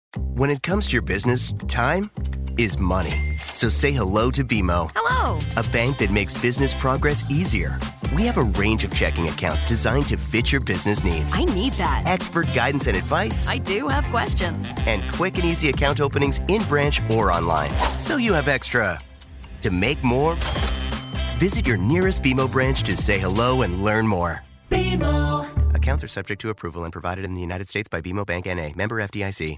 When it comes to your business, time is money. So say hello to BMO. Hello. A bank that makes business progress easier. We have a range of checking accounts designed to fit your business needs. I need that. Expert guidance and advice. I do have questions. And quick and easy account openings in branch or online. So you have extra. To make more, visit your nearest BMO branch to say hello and learn more. BMO. Accounts are subject to approval and provided in the United States by BMO Bank N.A. Member FDIC.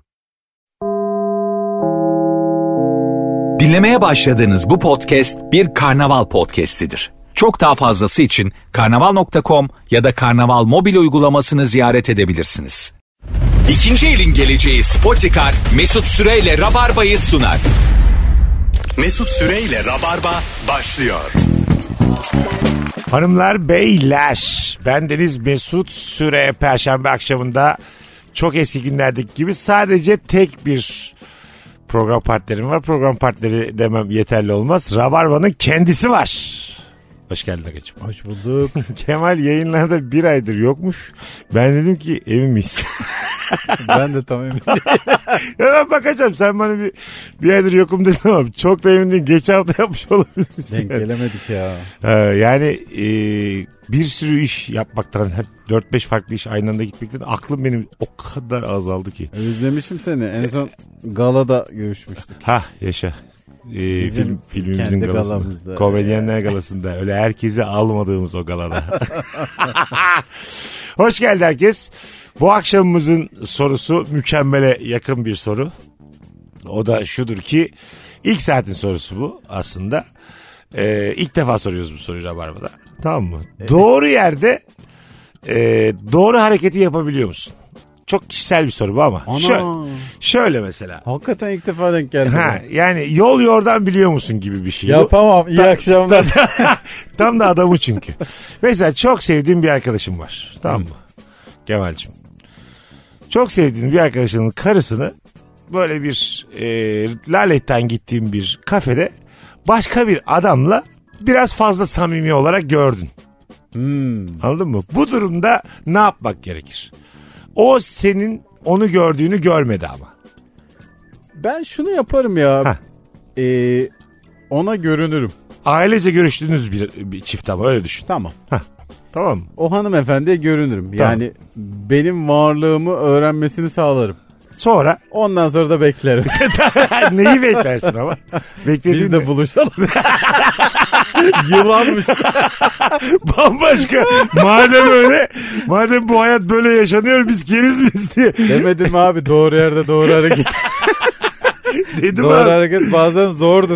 Dinlemeye başladığınız bu podcast bir karnaval podcastidir. Çok daha fazlası için karnaval.com ya da karnaval mobil uygulamasını ziyaret edebilirsiniz. İkinci elin geleceği Spotikar, Mesut Süreyle Rabarba'yı sunar. Mesut Süreyle Rabarba başlıyor. Hanımlar, beyler, bendeniz Mesut Süre. Perşembe akşamında çok eski günlerdeki gibi sadece tek bir program partnerim var. Program partneri demem yeterli olmaz. Rabarba'nın kendisi var. Hoş geldin Agacığım. Hoş bulduk. Kemal yayınlarda bir aydır yokmuş. Ben dedim ki emin miyiz? Ben de tam emin değilim. Ya ben bakacağım, sen bana bir aydır yokum dedin ama çok da emin değilim. Geç hafta yapmış olabiliriz. Denk gelemedik ya. Yani bir sürü iş yapmaktan, hep 4-5 farklı iş aynı anda gitmekten aklım benim o kadar azaldı ki. Özlemişim seni. En son galada görüşmüştük. Ha yaşa. Filmimizin kendi galasında. galamızda. Komedyenler galasında. Öyle herkesi almadığımız o galada. Hoş geldi herkes. Bu akşamımızın sorusu mükemmele yakın bir soru. O da şudur ki, ilk saatin sorusu bu aslında. İlk defa soruyoruz bu soruyu Rabarba'da. Tamam mı? Evet. Doğru yerde doğru hareketi yapabiliyor musun? Çok kişisel bir soru bu ama. Şöyle mesela. Hakikaten ilk defa denk geldi. Yani yol yordan biliyor musun gibi bir şey. Yapamam. İyi akşamlar. Tam da adamı çünkü. Mesela çok sevdiğim bir arkadaşım var. Tamam mı? Kemal'cim. Çok sevdiğin bir arkadaşının karısını böyle bir laletten gittiğim bir kafede başka bir adamla biraz fazla samimi olarak gördün. Anladın mı? Bu durumda ne yapmak gerekir? O senin onu gördüğünü görmedi ama. Ben şunu yaparım ya. Ona görünürüm. Ailece görüştüğünüz bir çift ama öyle düşün. Tamam. Tamam mı? O hanımefendiye görünürüm. Tamam. Yani benim varlığımı öğrenmesini sağlarım. Sonra? Ondan sonra da beklerim. Neyi beklersin ama? Biz de buluşalım. Yılanmış. Bambaşka. Madem bu hayat böyle yaşanıyor, biz keriz miyiz diye. Demedim abi, doğru yerde doğru hareket. Dedim doğru abi. hareket bazen zordur.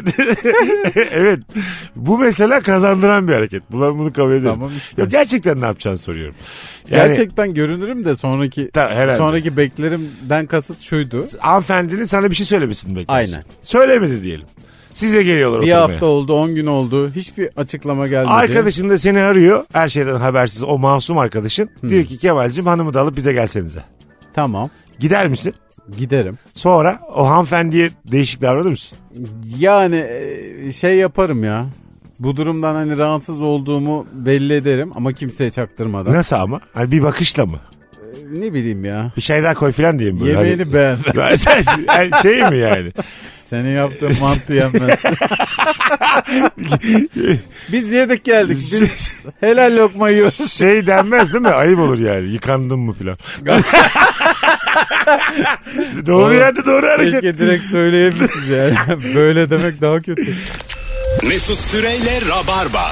Evet. Bu mesela kazandıran bir hareket. Bunu kabul ederim. Tamam işte. Ya gerçekten ne yapacağını soruyorum. Gerçekten görünürüm de sonraki beklerimden kasıt şuydu. Hanımefendinin sana bir şey söylemesini bekliyorsun. Aynen. Söylemedi diyelim. Size geliyorlar bir oturmaya. hafta oldu, 10 gün oldu. Hiçbir açıklama gelmedi. Arkadaşın da seni arıyor. Her şeyden habersiz, o masum arkadaşın. Diyor ki Kemal'cim, hanımı da alıp bize gelsenize. Tamam. Gider misin? Giderim. Sonra o hanımefendiye değişik davranır mısın? Yani şey yaparım ya. Bu durumdan hani rahatsız olduğumu belli ederim ama kimseye çaktırmadan. Nasıl ama? Hani bir bakışla mı? Ne bileyim ya. Bir şey daha koy falan diyeyim böyle. Yemeğini beğen. Şey mi yani? Senin yaptığın mantı yenmez. Biz yedik geldik. Biz helal lokma yiyoruz. Şey denmez değil mi? Ayıp olur yani. Yıkandın mı falan. Doğru yerde doğru hareket. Keşke direkt söyleyebilirsiniz yani. Böyle demek daha kötü. Mesut Süreyle Rabarba.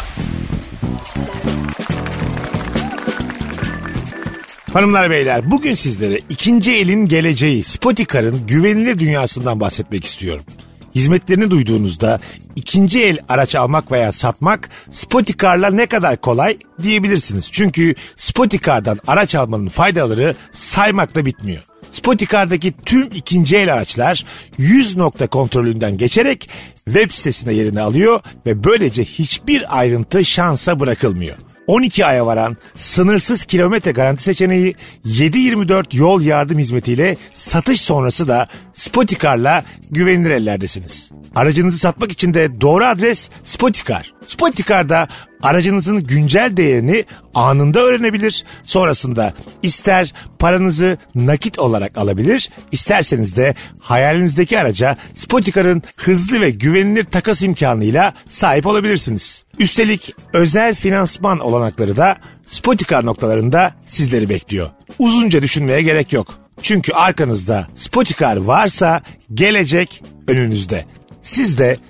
Hanımlar beyler, bugün sizlere ikinci elin geleceği Spotikar'ın güvenilir dünyasından bahsetmek istiyorum. Hizmetlerini duyduğunuzda ikinci el araç almak veya satmak Spotikar'la ne kadar kolay diyebilirsiniz. Çünkü Spotikar'dan araç almanın faydaları saymakla bitmiyor. Spotikar'daki tüm ikinci el araçlar 100 nokta kontrolünden geçerek web sitesine yerini alıyor ve böylece hiçbir ayrıntı şansa bırakılmıyor. 12 aya varan sınırsız kilometre garanti seçeneği, 7/24 yol yardım hizmetiyle satış sonrası da Spotikar'la güvenilir ellerdesiniz. Aracınızı satmak için de doğru adres Spotikar. Spotikar'da aracınızın güncel değerini anında öğrenebilir. Sonrasında ister paranızı nakit olarak alabilir, isterseniz de hayalinizdeki araca Spotikar'ın hızlı ve güvenilir takas imkanıyla sahip olabilirsiniz. Üstelik özel finansman olanakları da Spotikar noktalarında sizleri bekliyor. Uzunca düşünmeye gerek yok. Çünkü arkanızda Spotikar varsa gelecek önünüzde. Siz de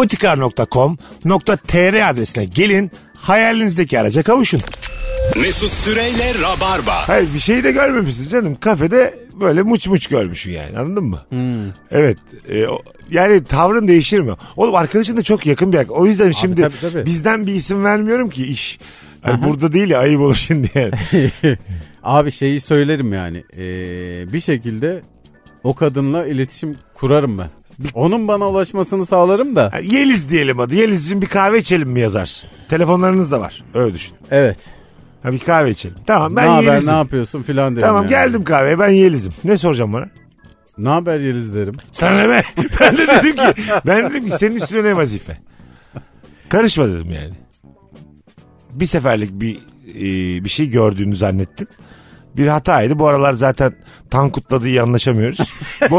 spotikar.com.tr adresine gelin, hayalinizdeki araca kavuşun. Mesut Süreyle Rabarba. Hayır, bir şey de görmemişsin canım. Kafede böyle muç görmüşsün yani, anladın mı? Evet. Yani tavrın değişir mi? Oğlum arkadaşın da çok yakın bir arkadaş. O yüzden şimdi tabii. bizden bir isim vermiyorum ki iş. Yani burada değil ya, ayıp olur şimdi yani. Abi şeyi söylerim yani. Bir şekilde o kadınla iletişim kurarım ben. Onun bana ulaşmasını sağlarım da. Yeliz diyelim adı. Yeliz'cim bir kahve içelim mi yazarsın? Telefonlarınız da var. Öyle düşün. Evet. Bir kahve içelim. Tamam, ben ne haber, Yeliz'im. ne yapıyorsun filan derim. Tamam yani. Geldim kahveye, ben Yeliz'im. Ne soracağım bana? Ne haber Yeliz derim. Sana ne be? Ben dedim ki senin üstüne ne vazife? Karışma dedim yani. Bir seferlik bir şey gördüğünü zannettin. Bir hataydı. Bu aralar zaten Tankut'la da iyi anlaşamıyoruz.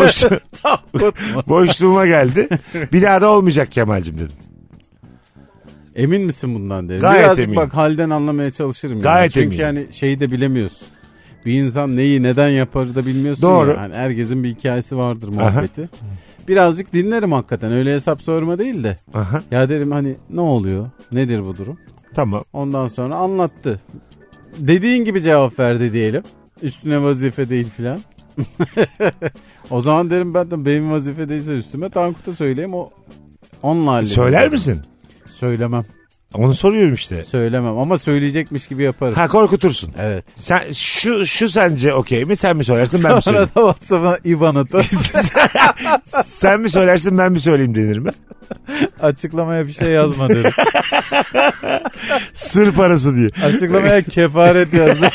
Boşluğuma geldi. Bir daha da olmayacak Kemal'cim dedim. Emin misin bundan derim. Gayet Birazcık eminim. bak halden anlamaya çalışırım. Gayet Çünkü eminim. yani şeyi de bilemiyorsun. Bir insan neyi neden yapar da bilmiyorsun. Doğru. Ya. Yani herkesin bir hikayesi vardır muhabbeti. Birazcık dinlerim hakikaten. Öyle hesap sorma değil de. Aha. Ya derim hani ne oluyor? Nedir bu durum? Tamam. Ondan sonra anlattı. Dediğin gibi cevap verdi diyelim. Üstüne vazife değil filan. O zaman derim ben de benim vazife değilse üstüme Tankut'a söyleyeyim, o onunla hallederim. Söyler misin? Söylemem. Onu soruyorum işte. Söylemem ama söyleyecekmiş gibi yaparım. Ha, korkutursun. Evet. Sen şu sence okey mi? Sen mi söylersin, ben mi Sonra da söyleyeyim? WhatsApp'ına IBAN atar. Sen mi söylersin, ben mi söyleyeyim denir mi? Açıklamaya bir şey yazma derim. Sır parası diye. Açıklamaya kefaret yazdım.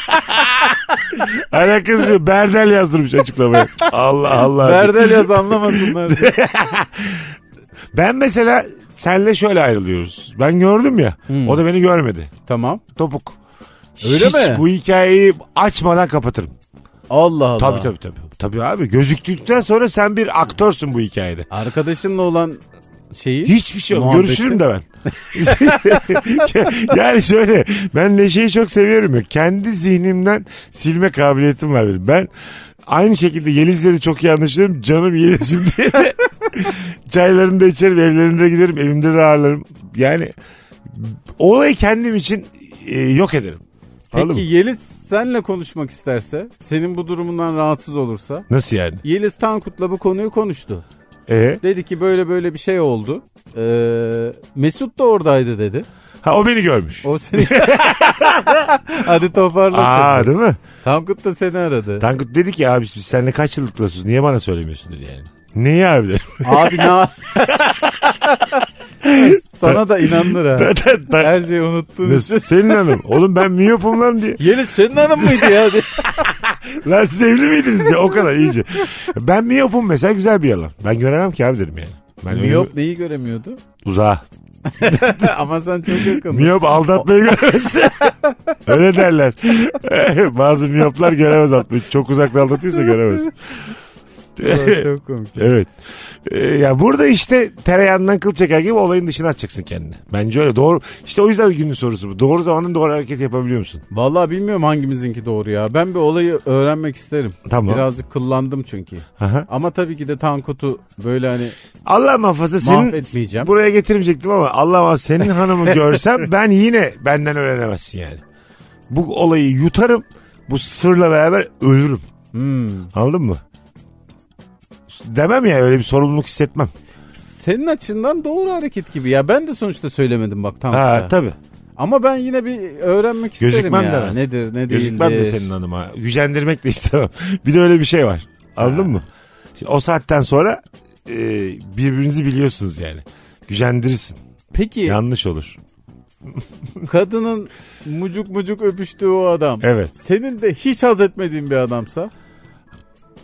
Alakası yok. Berdel yazdırmış açıklamaya. Allah Allah. Berdel yaz anlamasınlar diye. Ben mesela senle şöyle ayrılıyoruz. Ben gördüm ya. O da beni görmedi. Tamam. Topuk. Öyle Hiç mi? bu hikayeyi açmadan kapatırım. Allah Allah. Tabii. Tabii abi, gözüktükten sonra sen bir aktörsün bu hikayede. Arkadaşınla olan şeyi. Hiçbir şey yok. muhabbeti. Görüşürüm de ben. Yani şöyle, ben Neşe'yi çok seviyorum ya. Kendi zihnimden silme kabiliyetim var benim. Ben aynı şekilde Yeliz'le çok iyi anlaşırım. Canım Yeliz'im diye de çaylarını da içerim, evlerinde giderim, evimde de ağırlarım. Yani olayı kendim için yok ederim. Peki Yeliz senle konuşmak isterse, senin bu durumundan rahatsız olursa. Nasıl yani? Yeliz Tankut'la bu konuyu konuştu. Ee? Dedi ki böyle bir şey oldu. Mesut da oradaydı dedi. Ha, o beni görmüş. O seni... Hadi toparla şimdi. Değil mi? Tankut da seni aradı. Tankut dedi ki abi biz seninle kaç yıllık dostuz, niye bana söylemiyorsun dedi yani. Neyi abi dedim. Abi ne sana da inanılır ha. Her şeyi unuttun. Senin hanım. Oğlum ben miyopum lan diye. Yeliz senin hanım mıydı ya? Lan siz evli miydiniz diye, o kadar iyice. Ben miyopum mesela, güzel bir yalan. Ben göremem ki abi dedim yani. Ben Miyop neyi göremiyordu? Uzağa. Ama sen çok yakın. Miyop aldatmayı göremez. Öyle derler. Bazı miyoplar göremez atmayı. Çok uzakta aldatıyorsa göremez. Çok komik. Evet. Ya burada işte tereyağından kıl çeker gibi olayın dışına atacaksın kendini. Bence öyle. Doğru. İşte o yüzden günün sorusu bu. Doğru zamanın doğru hareket yapabiliyor musun? Vallahi bilmiyorum hangimizinki doğru ya. Ben bir olayı öğrenmek isterim. Tamam. Birazcık kıllandım çünkü. Aha. Ama tabii ki de Tankut'u böyle hani Allah muhafaza mahvetmeyeceğim. senin buraya getirmeyecektim ama Allah muhafaza senin hanımı görsem ben yine benden öğrenemezsin yani. Bu olayı yutarım. Bu sırla beraber ölürüm. Anladın mı? Demem ya, öyle bir sorumluluk hissetmem. Senin açından doğru hareket gibi ya. Ben de sonuçta söylemedim bak Tankut'a. Ha tabii. Ama ben yine bir öğrenmek isterim Gözükmem ya. de ben. Nedir ne değildir. Gözükmem de senin hanıma. Gücendirmek de istemem. Bir de öyle bir şey var. Anladın mı? Şimdi o saatten sonra birbirinizi biliyorsunuz yani. Gücendirirsin. Peki Yanlış olur. kadının mucuk öpüştüğü o adam. Evet. Senin de hiç haz etmediğin bir adamsa?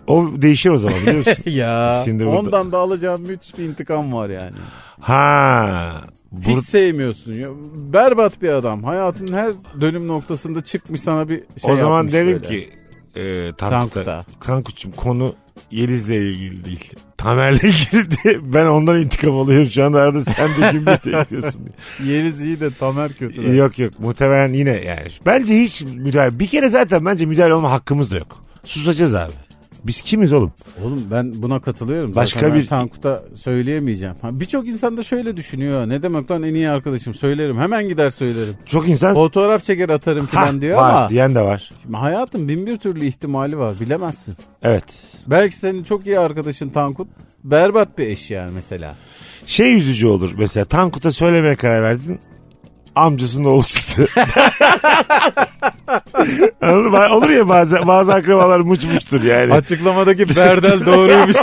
O değişir o zaman biliyor musun? Ya Şimdi burada- ondan da alacağım müthiş bir intikam var yani. Ha. Hiç sevmiyorsun. Ya, berbat bir adam. Hayatın her dönüm noktasında çıkmış sana bir şey o zaman yapmış derim böyle. ki Tankut'a. Tankut'cum konu Yeliz'le ilgili değil. Tamer'le ilgili diye ben ondan intikam alıyorum şu anda arada sen de gümbürtü ekliyorsun diye. Yeliz iyi de Tamer kötü. Yok muhtemelen yine yani. Bence hiç müdahale. Bir kere zaten bence müdahale olma hakkımız da yok. Susacağız abi. Biz kimiz oğlum? Oğlum ben buna katılıyorum. Başka Zaten bir- ben Tankut'a söyleyemeyeceğim. Birçok insan da şöyle düşünüyor. Ne demek lan en iyi arkadaşım söylerim. Hemen gider söylerim. Çok insan Fotoğraf çeker atarım falan diyor var ama. diyen de var. Şimdi hayatın bin bir türlü ihtimali var. Bilemezsin. Evet. Belki senin çok iyi arkadaşın Tankut berbat bir eş yani mesela. Şey üzücü olur mesela Tankut'a söylemeye karar verdin. Amcasının oğlu çıktı. Anladın mı? Olur ya bazı akrabalar muçmuştur yani. Açıklamadaki Berdel doğruymuş.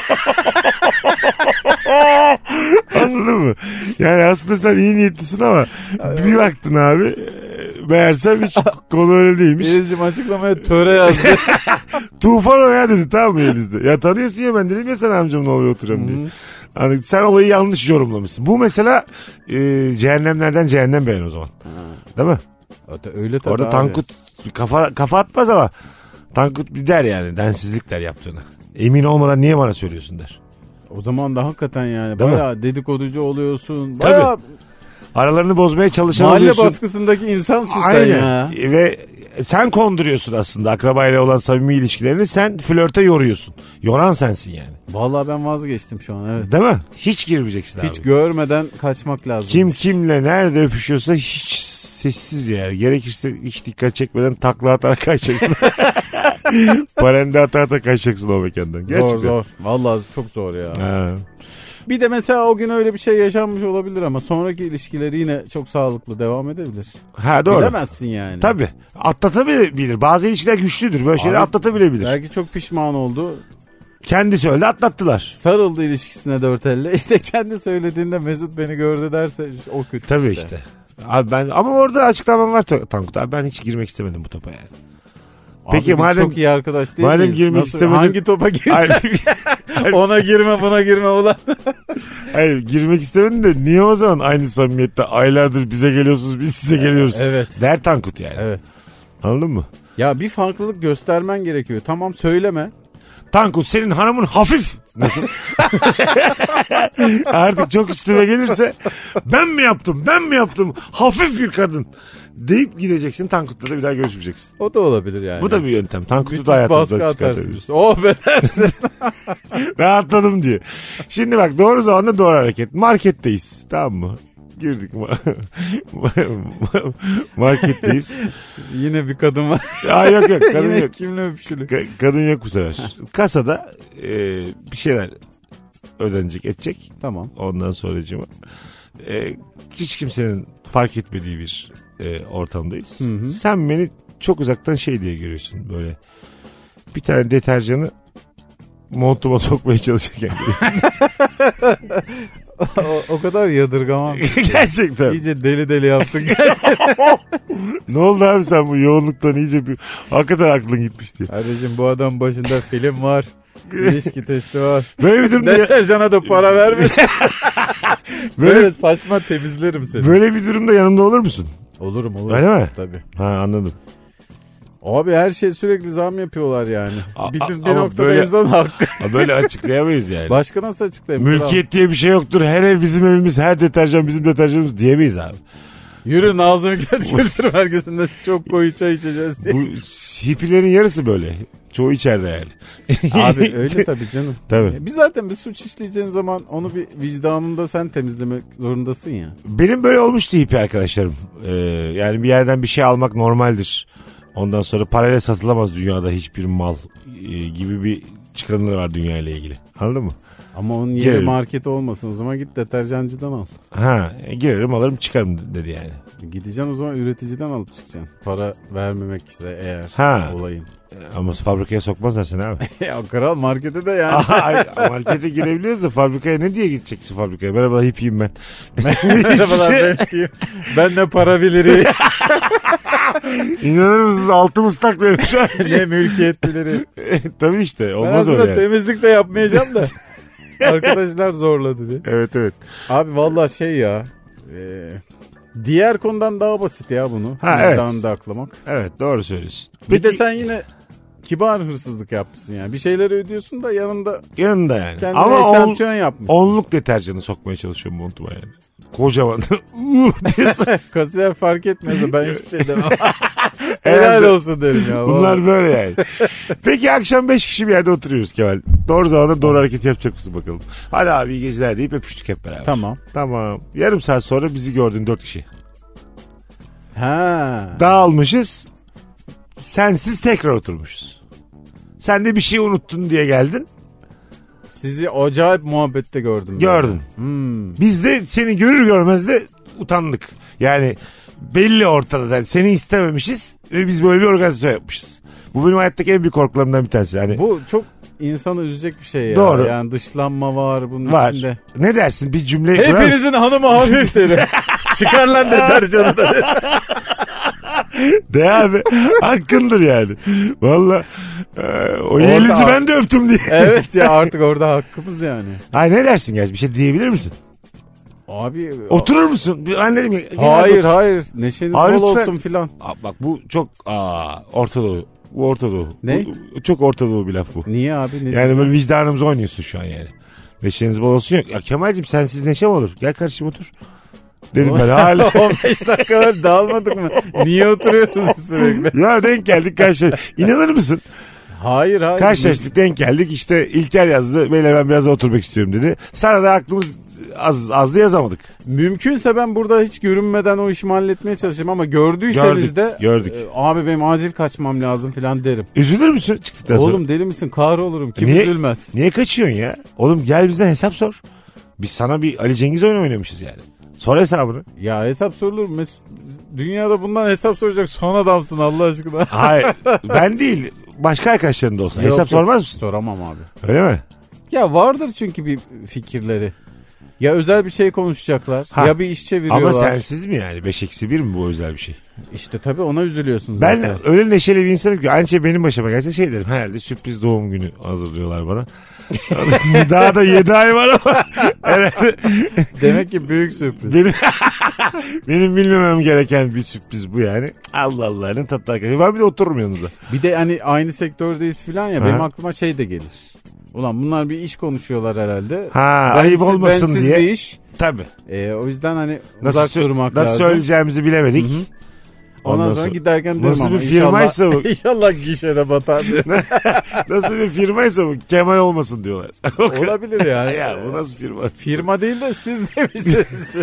Anladın mı? Yani aslında sen iyi niyetlisin ama bir baktın abi meğersem hiç konu öyle değilmiş. Denizciğim açıklamaya töre yazdı. Tufan o ya dedi tamam mı Yeliz'de? Ya tanıyorsun ya ben dedim ya sen amcamın oğlu oturuyorum diye. Hani sen olayı yanlış yorumlamışsın. Bu mesela cehennemlerden cehennem beğen o zaman. Değil mi? Öyle tabii Orada abi. Tankut kafa atmaz ama Tankut bir der yani densizlik der yaptığını. Emin olmadan niye bana söylüyorsun der. O zaman da hakikaten yani Değil mi? bayağı dedikoducu oluyorsun. Bayağı Aralarını bozmaya çalışan mahalle oluyorsun. baskısındaki insansın Aynen. sen ya. Ve sen konduruyorsun aslında akrabayla olan samimi ilişkilerini sen flörte yoruyorsun. Yoran sensin yani. Vallahi ben vazgeçtim şu an evet. Değil mi? Hiç girmeyeceksin abi. Hiç görmeden kaçmak lazım. Kim kimle nerede öpüşüyorsa hiç sessiz yani. Gerekirse hiç dikkat çekmeden takla atarak kaçacaksın. Parende ata kaçacaksın o mekandan. Gerçekten. Zor. Vallahi çok zor ya. Ha. Bir de mesela o gün öyle bir şey yaşanmış olabilir ama sonraki ilişkileri yine çok sağlıklı devam edebilir. Ha doğru. Bilemezsin yani. Tabii. Atlatabilir. Bazı ilişkiler güçlüdür. Böyle şeyleri Abi, atlatabilir. Belki çok pişman oldu. Kendisi öyle atlattılar. Sarıldı ilişkisine dört elle. İşte kendi söylediğinde Mesut beni gördü derse o kötü. Tabii işte. Abi ben ama orada açıklamam var Tankut abi ben hiç girmek istemedim bu topa yani. Peki Abi biz çok iyi arkadaş değil madem miyiz? girmek istemedim- Hangi topa gireceksin? Hayır, Ona girme buna girme ulan. hayır girmek istemedim de niye o zaman aynı samimiyette aylardır bize geliyorsunuz biz size geliyoruz. Evet. Der Tankut yani. Evet. Anladın mı? Ya bir farklılık göstermen gerekiyor. Tamam söyleme. Tankut senin hanımın hafif. Nasıl? Artık çok üstüne gelirse ben mi yaptım hafif bir kadın deyip gideceksin Tankut'la da bir daha görüşmeyeceksin. O da olabilir yani. Bu da bir yöntem. Tankut'u Müthiş da hayatımızdan baskı atarsın çıkartabiliriz. işte. Oh be dersin. Rahatladım diye. Şimdi bak doğru zamanda doğru hareket. Marketteyiz. Tamam mı? Girdik. Marketteyiz. Yine bir kadın var. Yok kadın Yine yok. kimle öpüşülü. Kadın yok bu sefer. Kasada bir şeyler ödenecek edecek. Tamam. Ondan sonracığıma. Hiç kimsenin fark etmediği bir ortamdayız. Hı. Sen beni çok uzaktan şey diye görüyorsun böyle. Bir tane deterjanı montuma sokmaya çalışırken o kadar yadırgamam. gerçekten. İyice deli yaptık. Ne oldu abi sen bu yoğunluktan iyice bir hakikaten aklın gitmiş diye. Kardeşim bu adam başında film var. İlişki testi var. Böyle bir durumda Deterjana da para verme. böyle, Böyle saçma temizlerim seni. böyle bir durumda yanımda olur musun? Olurum. Öyle mi? Tabii. Ha anladım. Abi her şey sürekli zam yapıyorlar yani. Bir ama noktada böyle- insan hakkı. Böyle açıklayamayız yani. Başka nasıl açıklayayım? Mülkiyet diye bir şey yoktur. Her ev bizim evimiz, her deterjan bizim deterjanımız diyemeyiz abi. Yürü Nazım Hikmet Kültür Merkezi'nde çok koyu çay içeceğiz diye. Bu hippilerin yarısı böyle. Çoğu içeride yani. Abi öyle tabii canım. Tabii. Biz zaten bir suç işleyeceğin zaman onu bir vicdanında sen temizlemek zorundasın ya. Benim böyle olmuştu hippi arkadaşlarım. Yani bir yerden bir şey almak normaldir. Ondan sonra parayla satılamaz dünyada hiçbir mal gibi bir çıkarımları var dünya ile ilgili. Anladın mı? Ama onun yeri Girelim. market olmasın. O zaman git deterjancıdan al. Ha, girerim alırım çıkarım dedi yani. Gideceksin o zaman üreticiden alıp çıkacaksın. Para vermemek ise eğer Ha. olayın. Ama fabrikaya sokmazlar seni abi. Ya kral markete de yani. Ay, markete girebiliyoruz da fabrikaya ne diye gideceksin fabrikaya? Merhaba hippiyim ben. Merhabalar ben ne para bilirim. İnanır mısınız altım ıslak benim şu an. Ne mülkiyetlileri. Tabii işte Ben olmaz aslında öyle yani. temizlik de yapmayacağım da. Arkadaşlar zorladı diye. Evet. Abi vallahi şey ya. Diğer konudan daha basit ya bunu. Ha, evet. Vicdanını aklamak. Evet doğru söylüyorsun. Bir de sen yine kibar hırsızlık yapmışsın yani. Bir şeyleri ödüyorsun da yanında yanında yani. kendine Ama eşantiyon yapmışsın. onluk deterjanı sokmaya çalışıyorum montuma yani. Kocaman. diye Kasiyer fark etmiyorsa ben hiçbir şey demem. Herhalde. Helal olsun derim ya. Bunlar vallahi. böyle yani. Peki akşam 5 kişi bir yerde oturuyoruz Kemal. Doğru zamanda doğru hareket yapacak mısın bakalım. Hadi abi iyi geceler deyip öpüştük hep beraber. Tamam. Yarım saat sonra bizi gördün 4 kişi. Ha. Dağılmışız. Sensiz tekrar oturmuşuz. Sen de bir şey unuttun diye geldin. Sizi acayip muhabbette gördüm. Gördün. Biz de seni görür görmez de utandık. Yani belli ortada. Yani seni istememişiz ve biz böyle bir organizasyon yapmışız. Bu benim hayattaki en büyük korkularımdan bir tanesi. Yani Bu çok insanı üzecek bir şey ya. Doğru. Yani dışlanma var bunun var. içinde. Ne dersin bir cümle kurar mısın? Hepinizin hanımı hafifleri. Çıkar lan deterjanı da. De abi hakkındır yani. Valla o Yeliz'i ben de öptüm diye. Evet ya artık orada hakkımız yani. Ay ne dersin gerçi bir şey diyebilir misin? Abi. Oturur musun? Ben dedim ya. Hayır. Neşeniz bol lütfen. olsun filan. Bak bu çok Orta Doğu. Bu Orta Doğu. Ne? Bu, çok Orta Doğu bir laf bu. Niye abi? Ne Yani diyeceğim? böyle vicdanımızı oynuyorsun şu an yani. Neşeniz bol olsun yok. Ya Kemal'cim sensiz neşe mi olur? Gel kardeşim otur. Dedim ben hala. 15 dakika var dağılmadık mı? Niye oturuyoruz sürekli? Ya denk geldik karşılaştık. İnanır mısın? Hayır. Karşılaştık denk geldik işte İlker yazdı. Beyler ben biraz oturmak istiyorum dedi. Sana da aklımız azdı yazamadık. Mümkünse ben burada hiç görünmeden o işimi halletmeye çalışayım ama gördüyseniz Gördük. Abi benim acil kaçmam lazım filan derim. Üzülür müsün çıktıktan sonra? Oğlum deli misin? Kahrolurum. Kim Niye? üzülmez? Niye kaçıyorsun ya? Oğlum gel bizden hesap sor. Biz sana bir Ali Cengiz oyunu oynamışız yani. Sor hesabını. Ya hesap sorulur mu? Dünyada bundan hesap soracak son adamsın Allah aşkına. Hayır ben değil. Başka arkadaşların da olsa. Yok, Hesap yok. sormaz mısın? Soramam abi. Öyle mi? Ya vardır çünkü bir fikirleri. Ya özel bir şey konuşacaklar. Ha. Ya bir iş çeviriyorlar. Ama sensiz mi yani? 5-1 mi bu özel bir şey? İşte tabii ona üzülüyorsun Ben zaten. öyle neşeli bir insanım ki aynı şey benim başıma gelse şey derim. Herhalde sürpriz doğum günü hazırlıyorlar bana. Daha da 7 ay var ama herhalde Demek ki büyük sürpriz. benim bilmemem gereken bir sürpriz bu yani. Allah Allah ne tatlı arkadaşım. Ben bir de otururum yanınızda. Bir de hani aynı sektördeyiz filan ya Ha. benim aklıma şey de gelir. Ulan bunlar bir iş konuşuyorlar herhalde. Ha ayıp olmasın bensiz diye. bir iş. Tabii. O yüzden hani Nasıl, uzak durmak nasıl lazım. söyleyeceğimizi bilemedik. Ondan sonra giderken derim nasıl ama bir firmaysa bu? İnşallah gişede batar diye. Nasıl bir firmaysa bu? Kemal olmasın diyorlar. Olabilir yani. Ya bu nasıl firma? Firma değil de siz ne misiniz?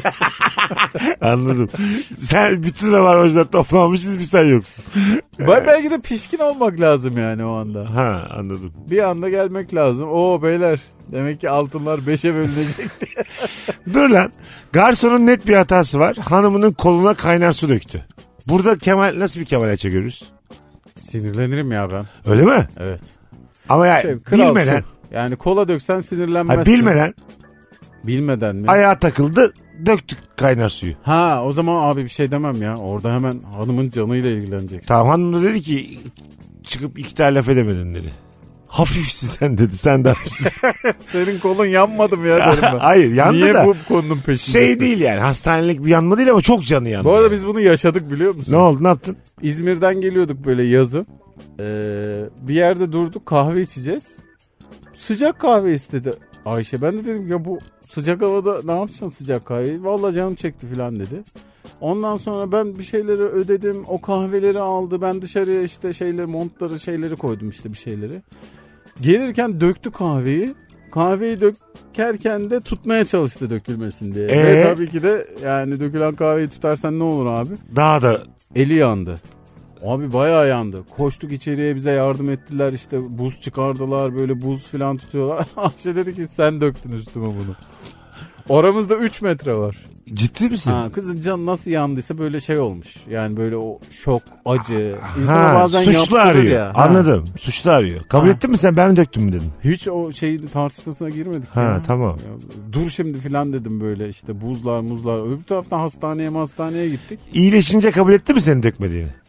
Anladım. Sen bütün rabarbacılar toplanmışız bir sen yoksun. Belki de pişkin olmak lazım yani o anda. Ha anladım. Bir anda gelmek lazım. Oo beyler demek ki altınlar 5'e bölünecek diye. Dur lan. Garsonun net bir hatası var. Hanımının koluna kaynar su döktü. Burada Kemal nasıl bir Kemal Ayça görürüz? Sinirlenirim ya ben. Öyle mi? Evet. Ama yani Kral bilmeden. su. Yani kola döksen sinirlenmezsin. Bilmeden Bilmeden mi? ayağa takıldı döktük kaynar suyu. Ha o zaman abi bir şey demem ya. Orada hemen hanımın canıyla ilgileneceksin. Tamam hanım da dedi ki çıkıp 2 tane laf edemedin dedi. Hafifsin sen dedi. Sen de hafifsin. Senin kolun yanmadı mı ya derim ben. Hayır yandı Niye da. bu konunun peşindesin? Şey değil yani hastanelik bir yanma değil ama çok canı yandı. Bu arada yani. biz bunu yaşadık biliyor musun? Ne oldu ne yaptın? İzmir'den geliyorduk böyle yazın. Bir yerde durduk kahve içeceğiz. Sıcak kahve istedi Ayşe. Ben de dedim ya bu sıcak havada ne yapacaksın sıcak kahveyi? Vallahi canım çekti falan dedi. Ondan sonra ben bir şeyleri ödedim. O kahveleri aldı. Ben dışarıya işte montları şeyleri koydum işte bir şeyleri. Gelirken döktü kahveyi. Kahveyi dökerken de tutmaya çalıştı dökülmesin diye. Ve tabii ki de yani dökülen kahveyi tutarsan ne olur abi? Daha da Eli yandı. Abi bayağı yandı. Koştuk içeriye bize yardım ettiler işte buz çıkardılar böyle buz falan tutuyorlar. Ayşe dedi ki sen döktün üstüme bunu. Aramızda 3 metre var. ciddi misin? Ha, kızın canı nasıl yandıysa böyle şey olmuş. Yani böyle o şok, acı. İnsana bazen suçlu yaptırır arıyor. ya. Anladım. Suçlu arıyor. Kabul ettin mi sen ben mi döktüm mü dedim. Hiç o şeyin tartışmasına girmedik. Ha ya. tamam. Ya, dur şimdi filan dedim böyle işte buzlar muzlar. Öbür taraftan hastaneye gittik. İyileşince kabul etti mi senin dökmediğini?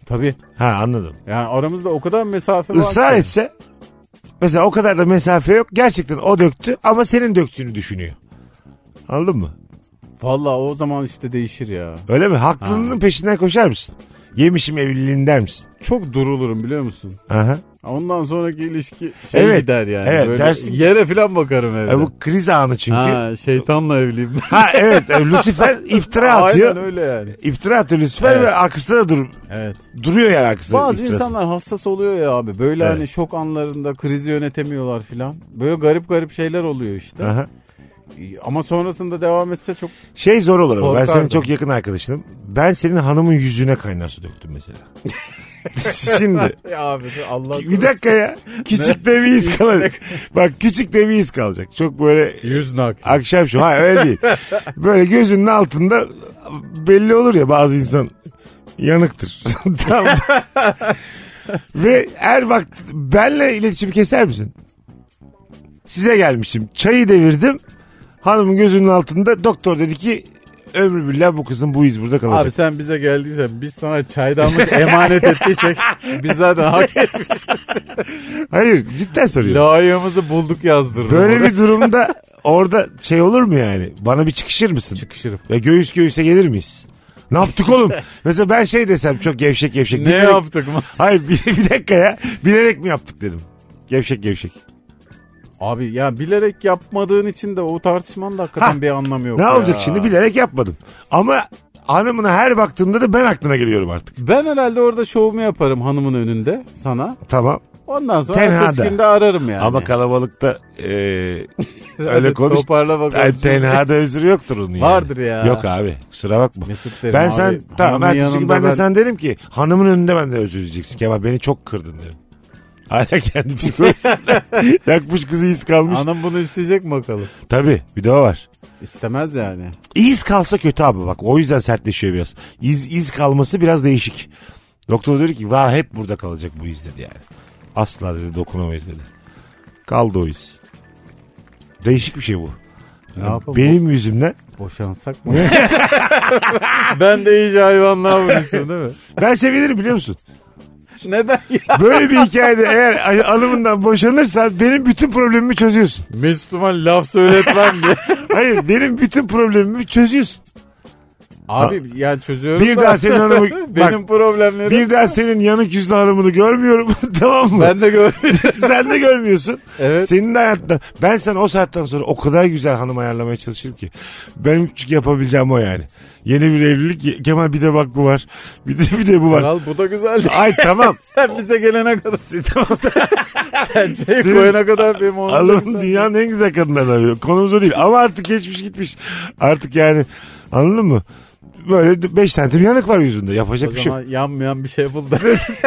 Tabii. Ha, anladım. Yani aramızda o kadar mesafe var. Israr ki. etse mesela o kadar da mesafe yok. Gerçekten o döktü ama senin döktüğünü düşünüyor. Anladın mı? Vallahi o zaman işte değişir ya. Öyle mi? Haklılığının peşinden koşar mısın? Yemişim evliliğini der misin? Çok durulurum biliyor musun? Aha. Ondan sonraki ilişki Evet, gider yani. evet, Böyle dersin ki- yere falan bakarım evde. Bu kriz anı çünkü. Ha, şeytanla evliyim. Ha evet, Lucifer iftira atıyor. Aynen öyle yani. İftira atıyor Lucifer Evet. ve arkasında da Evet. duruyor yani arkasında. Bazı iftirası. insanlar hassas oluyor ya abi. Böyle Evet. hani şok anlarında krizi yönetemiyorlar filan. Böyle garip garip şeyler oluyor işte. Aha. Ama sonrasında devam etse çok... Şey zor olur ama ben Korkardım. senin çok yakın arkadaşınım. Ben senin hanımın yüzüne kaynar su döktüm mesela. Şimdi Ya abi Allah... bir dakika ya. Küçük de bir iz kalacak. Bak küçük de bir iz kalacak. Çok böyle Yüz nak. akşam şu. Hayır öyle değil. Böyle gözünün altında belli olur ya, bazı insan yanıktır. Tamam. Ve her bak benle iletişimi keser misin? Size gelmişim. Çayı devirdim. Hanımın gözünün altında doktor dedi ki ömrü billah bu kızın bu iz burada kalacak. Abi sen bize geldiysen biz sana çaydanlık emanet ettiysek biz zaten hak etmişiz. Hayır, cidden soruyorum. Layığımızı bulduk yazdırdım. Böyle bir durumda orada şey olur mu yani? Bana bir çıkışır mısın? çıkışırım. Ve göğüs göğüse gelir miyiz? Ne yaptık oğlum? Mesela ben şey desem çok gevşek gevşek. Ne bilerek- yaptık mı? Hayır bir dakika ya. Bilerek mi yaptık dedim. Gevşek gevşek. Abi ya bilerek yapmadığın için de o tartışmanın da hakikaten Ha, bir anlamı yok Ne ya. olacak şimdi? Bilerek yapmadım. Ama hanımına her baktığımda da ben aklına geliyorum artık. Ben herhalde orada şovumu yaparım hanımın önünde sana. Tamam. Ondan sonra Tenhada. ertesi günde ararım yani. Ama kalabalıkta Hadi öyle konuş. Toparla bakalım. Ay, tenhada özrü yoktur onun yani. Vardır ya. Yok abi, kusura bakma. Mesut derim Ben abi, sen tamam hanımın ertesi gün yanında ben de sen derim ki hanımın önünde ben de özür dileyeceksin. Kemal beni çok kırdın derim. Hala kendi psikolojisinden yakmış kızı iz kalmış. Hanım bunu isteyecek mi bakalım? Tabii bir de o var. İstemez yani. İz kalsa kötü abi, bak o yüzden sertleşiyor biraz. İz kalması biraz değişik. Doktor dedi ki vah hep burada kalacak bu iz dedi yani. Asla dedi dokunamayız dedi. Kaldı o iz. Değişik bir şey bu. Ne yapalım? Benim yüzümden. Boşansak mı? Ben de iyice hayvanlığa vurmuşum değil mi? Ben sevinirim biliyor musun? Neden ya? Böyle bir hikayede eğer hanımından boşanırsan benim bütün problemimi çözüyorsun. Mesut'uma laf söyletmem diye. Hayır, benim bütün problemimi çözüyorsun. Abi yani çözüyorum Bir da. daha senin hanımı Benim bak, problemlerim. bir daha senin yanık yüzlü hanımını görmüyorum. Tamam mı? Ben de görmedim. Sen de görmüyorsun. Evet. Senin de hayatta. Ben sana o saatten sonra o kadar güzel hanım ayarlamaya çalışırım ki. Benim küçük yapabileceğim o yani. Yeni bir evlilik. Kemal bir de bak bu var. Bir de bu var. Kral bu da güzel. Ay tamam. Sen bize gelene kadar. Tamam. Sen çayı Senin- koyana kadar benim onu da Allah'ım güzel. dünyanın en güzel kadınlarını arıyor. Konumuz o değil. Ama artık geçmiş gitmiş. Artık yani anladın mı? Böyle 5 santim yanık var yüzünde. Yapacak O bir şey zaman yanmayan bir şey bul da.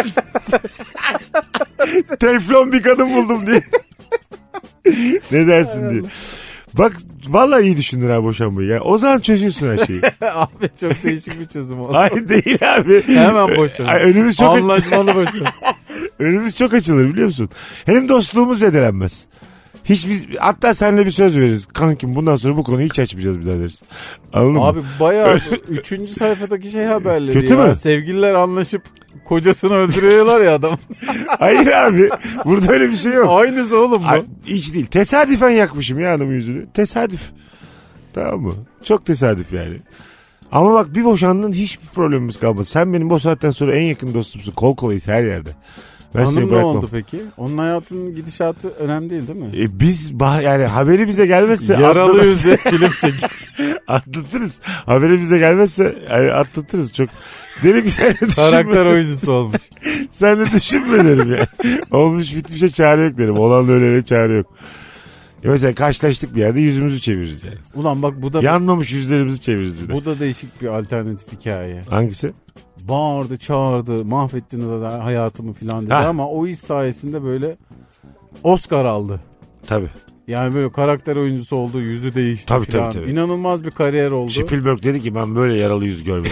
yok. Teflon bir kadın buldum diye. Ne dersin diye. Bak vallahi iyi düşündün ha boşanmayı. Ya. O zaman çözüyorsun her şeyi. Abi çok değişik bir çözüm oldu. Hayır değil abi. Hemen boşan. Ay, Anlaşmalı boşan. önümüz çok açılır biliyor musun? Hem dostluğumuz zedelenmez. Hatta seninle bir söz veririz. Kankim bundan sonra bu konuyu hiç açmayacağız bir daha deriz. Anladın mı? Abi bayağı 3. sayfadaki şey haberleri Kötü ya. mü? Sevgililer anlaşıp kocasını öldürüyorlar ya adam. Hayır abi. Burada öyle bir şey yok. Aynısı oğlum bu. Ay, hiç değil. Tesadüfen yakmışım ya hanımın yüzünü. Tesadüf. Tamam mı? Çok tesadüf yani. Ama bak bir boşandın hiçbir problemimiz kalmadı. Sen benim bu saatten sonra en yakın dostumsun. Kol kolayız her yerde. Ben seni Hanım ne bırakmam. oldu peki? Onun hayatının gidişatı önemli değil mi? Biz yani haberi bize gelmezse Yaralı yüzle film çek. atlatırız. Haberi bize gelmezse yani atlatırız çok. Derim ki sen de Karakter düşünme. oyuncusu olmuş. Sen de düşünme derim ya. Olmuş bitmişe çare yok derim. Olan öylene çare yok. Ya mesela karşılaştık bir yerde yüzümüzü çeviririz yani. Ulan bak bu da Yanmamış yüzlerimizi çeviririz bir de. bu da değişik bir alternatif hikaye. Hangisi? Bağırdı, çağırdı, mahvettin da hayatımı filan dedi Ha. ama o iş sayesinde böyle Oscar aldı. Tabii. Yani böyle karakter oyuncusu oldu, yüzü değişti Tabii, filan. tabii. İnanılmaz bir kariyer oldu. Spielberg dedi ki ben böyle yaralı yüz görmedim.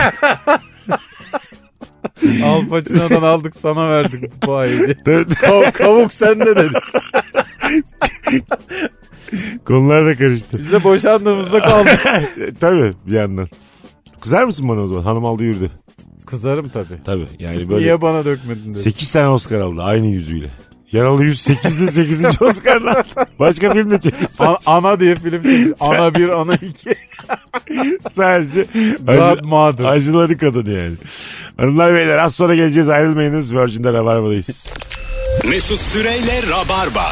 Al Pacino'dan aldık sana verdik bu payı. Tabii, Kavuk sende dedi. konular da karıştı. Biz de boşandığımızda kaldık. Tabii bir yandan. Kızar mısın bana o zaman? Hanım aldı yürüdü. Kızarım tabii. Tabii yani böyle Niye bana dökmedin dedi. 8 tane Oscar aldı aynı yüzüyle. Yaralı Yüz 8'de 8. Oscar'la aldı. Başka film de çekmiş. Ana diye film çekmiş. Ana 1, Ana 2. Sadece Godmother. acıları kadın yani. Hanımlar beyler az sonra geleceğiz, ayrılmayınız. Virgin'de Rabarba'dayız. Mesut Süreyle Rabarba.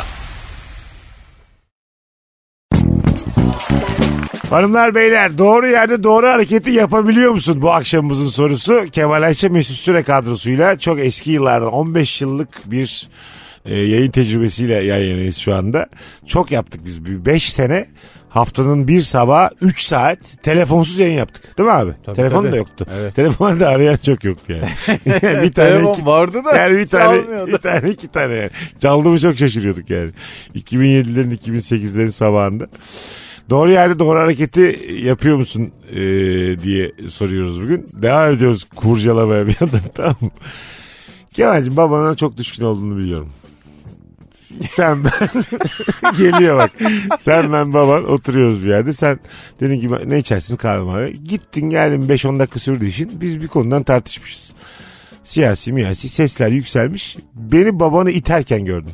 Hanımlar beyler, doğru yerde doğru hareketi yapabiliyor musun? Bu akşamımızın sorusu. Kemal Ayça Mesut Süre kadrosuyla çok eski yıllardan 15 yıllık bir yayın tecrübesiyle yayınlayız şu anda. Çok yaptık biz. 5 sene haftanın bir sabah 3 saat telefonsuz yayın yaptık. Değil mi abi? Telefon tabii. da yoktu. Evet. Telefonu da arayan çok yoktu yani. Bir tane Telefon vardı da yani bir tane iki tane yani. Çaldı mı çok şaşırıyorduk yani. 2007'lerin 2008'lerin sabahında. Doğru yerde doğru hareketi yapıyor musun diye soruyoruz bugün. Devam ediyoruz kurcalamaya bir yandan, tamam mı? Kemal'cim babana çok düşkün olduğunu biliyorum. Sen ben geliyor bak. Sen ben baban oturuyoruz bir yerde. Sen dedin ki ne içersin, kahve mavi. Gittin geldin 5-10 dakika sürdüğü için biz bir konudan tartışmışız. Siyasi miyasi sesler yükselmiş. Beni babanı iterken gördüm.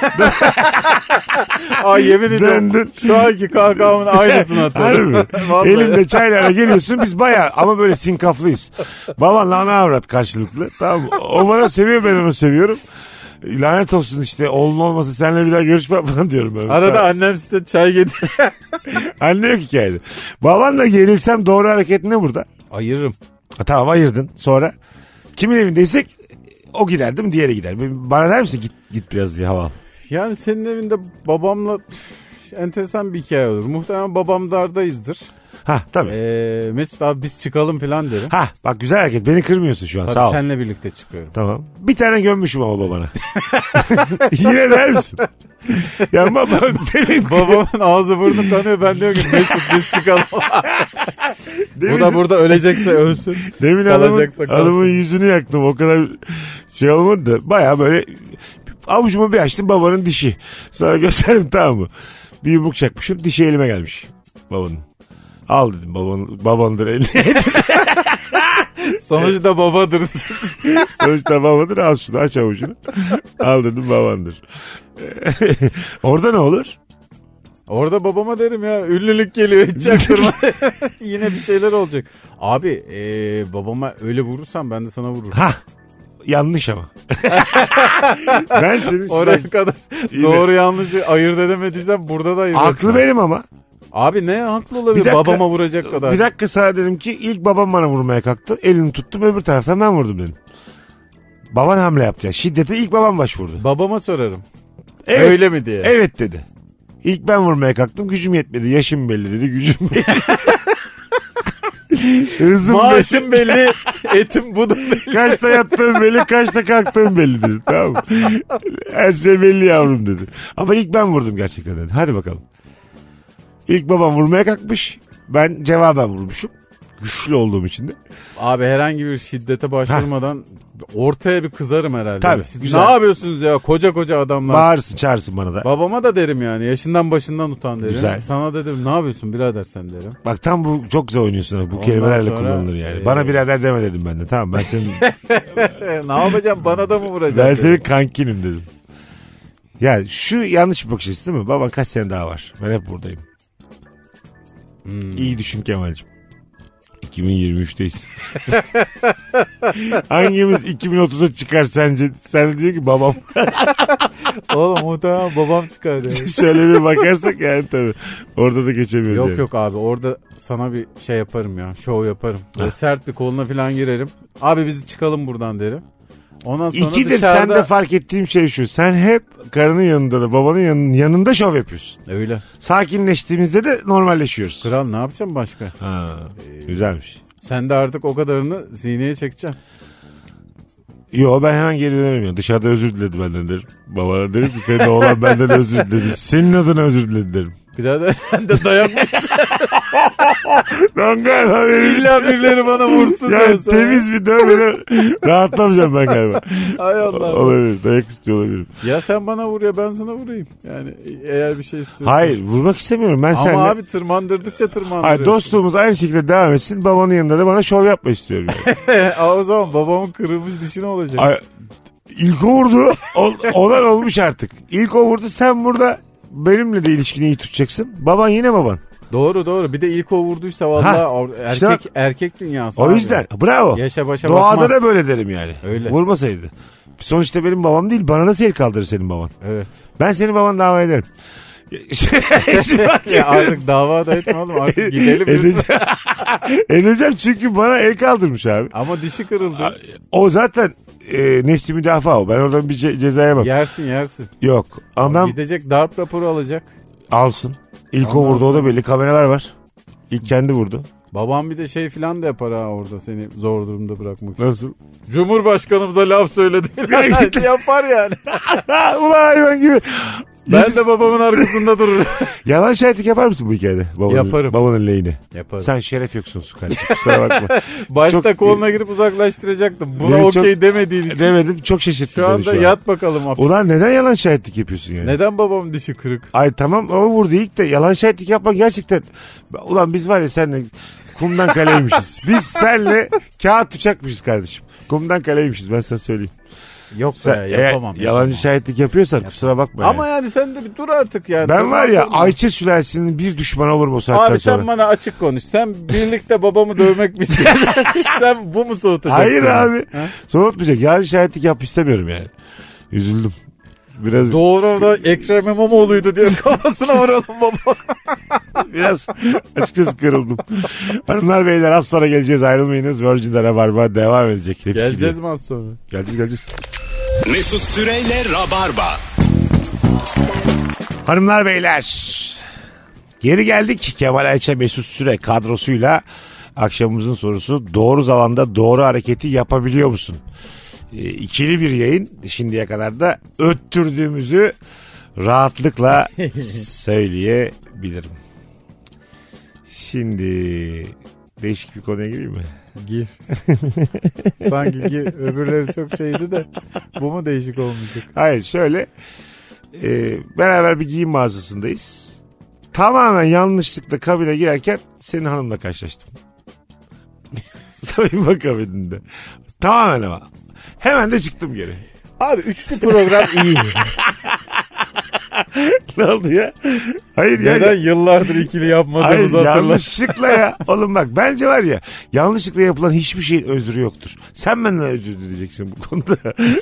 Ay yemin ediyorum. Döndün. Şu anki kahkahamın aynısını atıyorum. Harbi. Elimde çaylarla geliyorsun, biz baya ama böyle sinkaflıyız. Babanla ana avrat karşılıklı. Tamam mı? O bana seviyor, ben onu seviyorum. Lanet olsun işte, oğlun olmasa seninle bir daha görüşmem falan diyorum. Ben. Arada annem size çay getir. Anne yok hikayede. Babanla gerilsem doğru hareket ne burada? Ayırırım. Tamam, ayırdın. Sonra kimin evindeysek o gider değil mi? Diğeri gider. Bana der misin git biraz diye hava al. Yani senin evinde babamla enteresan bir hikaye olur. Muhtemelen babam dardayızdır. Ha tabii. Mesut abi biz çıkalım falan derim. Ha bak, güzel hareket. Beni kırmıyorsun şu an. Tabii sağ ol. seninle birlikte çıkıyorum. Tamam. Bir tane gömmüşüm ama babana. Yine der misin? Ya baba demin... Babamın ağzı burnu kanıyor. Ben diyorum ki Mesut biz çıkalım. Bu da burada ölecekse ölsün. Demin adamın yüzünü yaktım. O kadar şey olmadı da. Baya böyle avucumu bir açtım, babanın dişi. Sana gösterdim, tamam mı? Bir yumruk çakmışım, dişi elime gelmiş babanın. Al dedim, babandır elini. Sonuçta babadır. Sonuçta babadır, al şunu, aç avucunu. Al dedim, babandır. Orada ne olur? Orada babama derim ya, ünlülük geliyor hiç çaktırma. Yine bir şeyler olacak. Abi babama öyle vurursan ben de sana vururum. Ha, yanlış ama. Ben senin oraya kadar doğru yanlışı ayırt edemediysem burada da ayırt haklı etmem. Benim ama. Abi ne haklı olabilir babama vuracak kadar. Bir dakika, sana dedim ki ilk babam bana vurmaya kalktı. Elini tuttum, öbür taraftan ben vurdum dedim. Baban hamle yaptı ya. Şiddete ilk babam başvurdu. Babama sorarım. Evet, öyle mi diye. Evet dedi. İlk ben vurmaya kalktım, gücüm yetmedi. Yaşım belli dedi, gücüm belli. Hızım maaşım belli, etim budum belli. Kaçta yattığım belli, kaçta kalktığım belli dedi. Tamam mı? Her şey belli yavrum dedi. Ama ilk ben vurdum gerçekten dedi. Hadi bakalım. İlk babam vurmaya kalkmış. Ben cevaben vurmuşum. Güçlü olduğum için de. Abi herhangi bir şiddete başvurmadan ortaya bir kızarım herhalde. Tabii, siz güzel. ne yapıyorsunuz ya koca adamlar. Bağırsın çağırsın bana da. Babama da derim yani, yaşından başından utan derim. Güzel. Sana dedim ne yapıyorsun birader sen derim. Bak tam bu çok güzel oynuyorsun. Bu Ondan kelimelerle sonra, kullanılır yani. Bana birader deme dedim ben de. Tamam, ben senin ne yapacağım, bana da mı vuracaksın? ben senin kankinim dedim. Ya şu yanlış bir bakış açısı değil mi? Baban kaç sene daha var. Ben hep buradayım. İyi düşün Kemal'cim. 2023'teyiz. Hangimiz 2030'a çıkar sence? Sen diyor ki babam. Oğlum muhtemelen babam çıkar yani. Şöyle bir bakarsak yani tabii. Orada da geçemiyoruz. Yok yani. yok abi, orada sana bir şey yaparım ya. Şov yaparım. Böyle sert bir koluna falan girerim. Abi biz çıkalım buradan derim. Ondan sonra İkidir dışarıda... sende fark ettiğim şey şu. Sen hep karının yanında da babanın yanında şov yapıyorsun. Öyle. Sakinleştiğimizde de normalleşiyoruz. Kral ne yapacağım başka? Ha, güzelmiş. Sen de artık o kadarını sineye çekeceksin. Yo, ben hemen geri dönerim ya. Dışarıda özür diledi benden derim. Babana derim ki senin oğlan benden özür diledi. Senin adına özür diledi derim. Birader sen de dayak mı? Ben galiba İlla birileri bana vursun yani diyorsun. temiz bir dövmeden rahatlamayacağım ben galiba. Hay Allah. Olabilir. Dayak istiyor olabilirim. Ya sen bana vur ya ben sana vurayım. Yani eğer bir şey istiyorsan. Hayır vurmak istemiyorum. Ben Ama seninle... abi tırmandırdıkça tırmandırıyorsun. Hayır dostluğumuz aynı şekilde devam etsin. Babanın yanında da bana şov yapma istiyorum yani. O zaman babamın kırılmış dişi ne olacak? Ay, İlk o vurdu. Olan olmuş artık. İlk o vurdu. Sen burada benimle de ilişkini iyi tutacaksın. Baban yine baban. Doğru. Bir de ilk o vurduysa vallahi işte erkek dünyası. O abi. yüzden bravo. Yaşa başa Doğada bakmaz. da böyle derim yani. Öyle. Vurmasaydı. Sonuçta benim babam değil. Bana nasıl el kaldırır senin baban? Evet. Ben senin baban dava ederim. Ya artık dava da etme oğlum artık gidelim. Edeceğim çünkü bana el kaldırmış abi. Ama dişi kırıldı. O zaten nefsi müdafaa o. Ben oradan bir cezaya bak. Yersin. Yok. Ama ben Gidecek darp raporu alacak. alsın. İlk o Ondan vurdu o da sonra- belli. Kameralar var. İlk kendi vurdu. Babam bir de şey filan da yapar ha orada seni zor durumda bırakmak için. Nasıl? Cumhurbaşkanımıza laf söyledi. Yapar yani. Ulan hayvan gibi. Ben de babamın arkasında dururum. Yalan şahitlik yapar mısın bu hikayede? Yaparım. Babanın lehine. Yaparım. Sen şeref yoksun su kardeşim. Kusura bakma. Başta Çok- koluna girip uzaklaştıracaktım. Buna Beni çok- okey demediğin için. Demedim çok şaşırttın Şu beni anda şu an. yat bakalım hapis. Ulan neden yalan şahitlik yapıyorsun yani? Neden babam dişi kırık? Ay tamam o vurdu ilk de yalan şahitlik yapmak gerçekten. Ulan biz var ya seninle kumdan kaleymişiz. Biz seninle kağıt uçakmışız kardeşim. Kumdan kaleymişiz ben sana söyleyeyim. Yok Sen be eğer yapamam. yalancı şahitlik yapıyorsan kusura bakma. Ama yani. yani sen de bir dur artık yani. Ben var ya Tamam. Ayça sülalesinin bir düşmanı olurum o saatten Abi sonra. sen bana açık konuş. Sen birlikte babamı dövmek mi istiyorsun? Sen bu mu soğutacaksın? Hayır abi. Ha? Soğutmayacak. Yalancı şahitlik yap istemiyorum yani. Üzüldüm. Biraz Doğru da Ekrem İmamoğlu'ydu diye kafasına vuralım baba. biraz açıkçası kırıldım. Hanımlar beyler az sonra geleceğiz ayrılmayınız. Virgin'de Rabarba devam edecek. Hepsi Geleceğiz gibi. mi az sonra? Geleceğiz. Mesut Süreyle Rabarba. Hanımlar beyler geri geldik. Kemal Ayça Mesut Süre kadrosuyla akşamımızın sorusu doğru zamanda doğru hareketi yapabiliyor musun? İkili bir yayın şimdiye kadar da öttürdüğümüzü rahatlıkla söyleyebilirim. Şimdi değişik bir konuya gireyim mi? Gir. Sanki öbürleri çok şeydi de bu mu değişik olmayacak? Hayır şöyle beraber bir giyim mağazasındayız. Tamamen yanlışlıkla kabine girerken senin hanımla karşılaştım. Soyunma kabininde. Tamamen ama. Hemen de çıktım geri. Abi üçlü program iyi. Ne oldu ya? Hayır ya. Neden yıllardır ikili Hayır yapmadığımızı hatırla. yanlışlıkla ya. Oğlum bak bence var ya yanlışlıkla yapılan hiçbir şeyin özrü yoktur. Sen benden özür dileyeceksin bu konuda.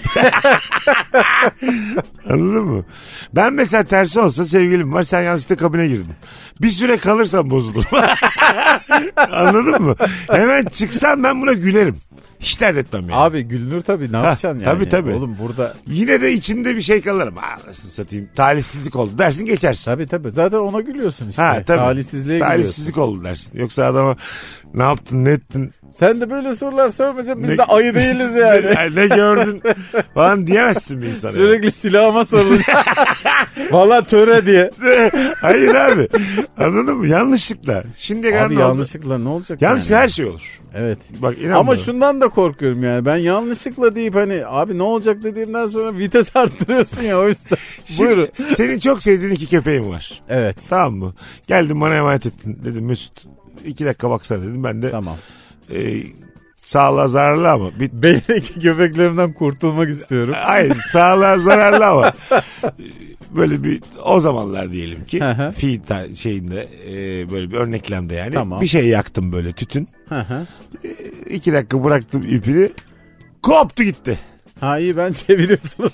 Anladın mı? Ben mesela tersi olsa sevgilim var sen yanlışlıkla kabine girdin. Bir süre kalırsan bozulur. Anladın mı? Hemen çıksan ben buna gülerim. Hiç dert etmem yani. Abi gülünür tabii ne yapacaksın yani? tabii. Oğlum burada Yine de içinde bir şey kalırım. Nasıl satayım talihsizlik oldu dersin geçersin. tabii zaten ona gülüyorsun işte. Ha, tabii. Talihsizliğe gülüyorsun. Talihsizlik oldu dersin. Yoksa adama ne yaptın ne ettin Sen de böyle sorular sormayacaksın. Biz Ne- de ayı değiliz yani. ne gördün falan diyemezsin bir insana. Sürekli silahıma sarılacak. Valla töre diye. Hayır abi. Anladın mı? Yanlışlıkla. Şimdiye kadar Abi ne oldu? yanlışlıkla ne olacak Yanlışlıkla yani? her şey olur. Evet. Bak inan Ama bana. şundan da korkuyorum yani. Ben yanlışlıkla deyip hani abi ne olacak dediğimden sonra vites arttırıyorsun ya o yüzden. Şimdi Buyurun. Senin çok sevdiğin 2 köpeğin var. Evet. Tamam mı? Geldin bana emanet ettin. Dedim Mesut 2 dakika baksana dedim. Ben de Tamam. sağlığa zararlı ama. Beynindeki köpeklerimden kurtulmak istiyorum. Hayır sağlığa zararlı ama. Böyle bir o zamanlar diyelim ki Hı hı. şeyinde böyle bir örneklemde yani Tamam. bir şey yaktım böyle tütün. Hı hı. 2 dakika bıraktım ipini koptu gitti. Ha iyi ben çeviriyorsunuz.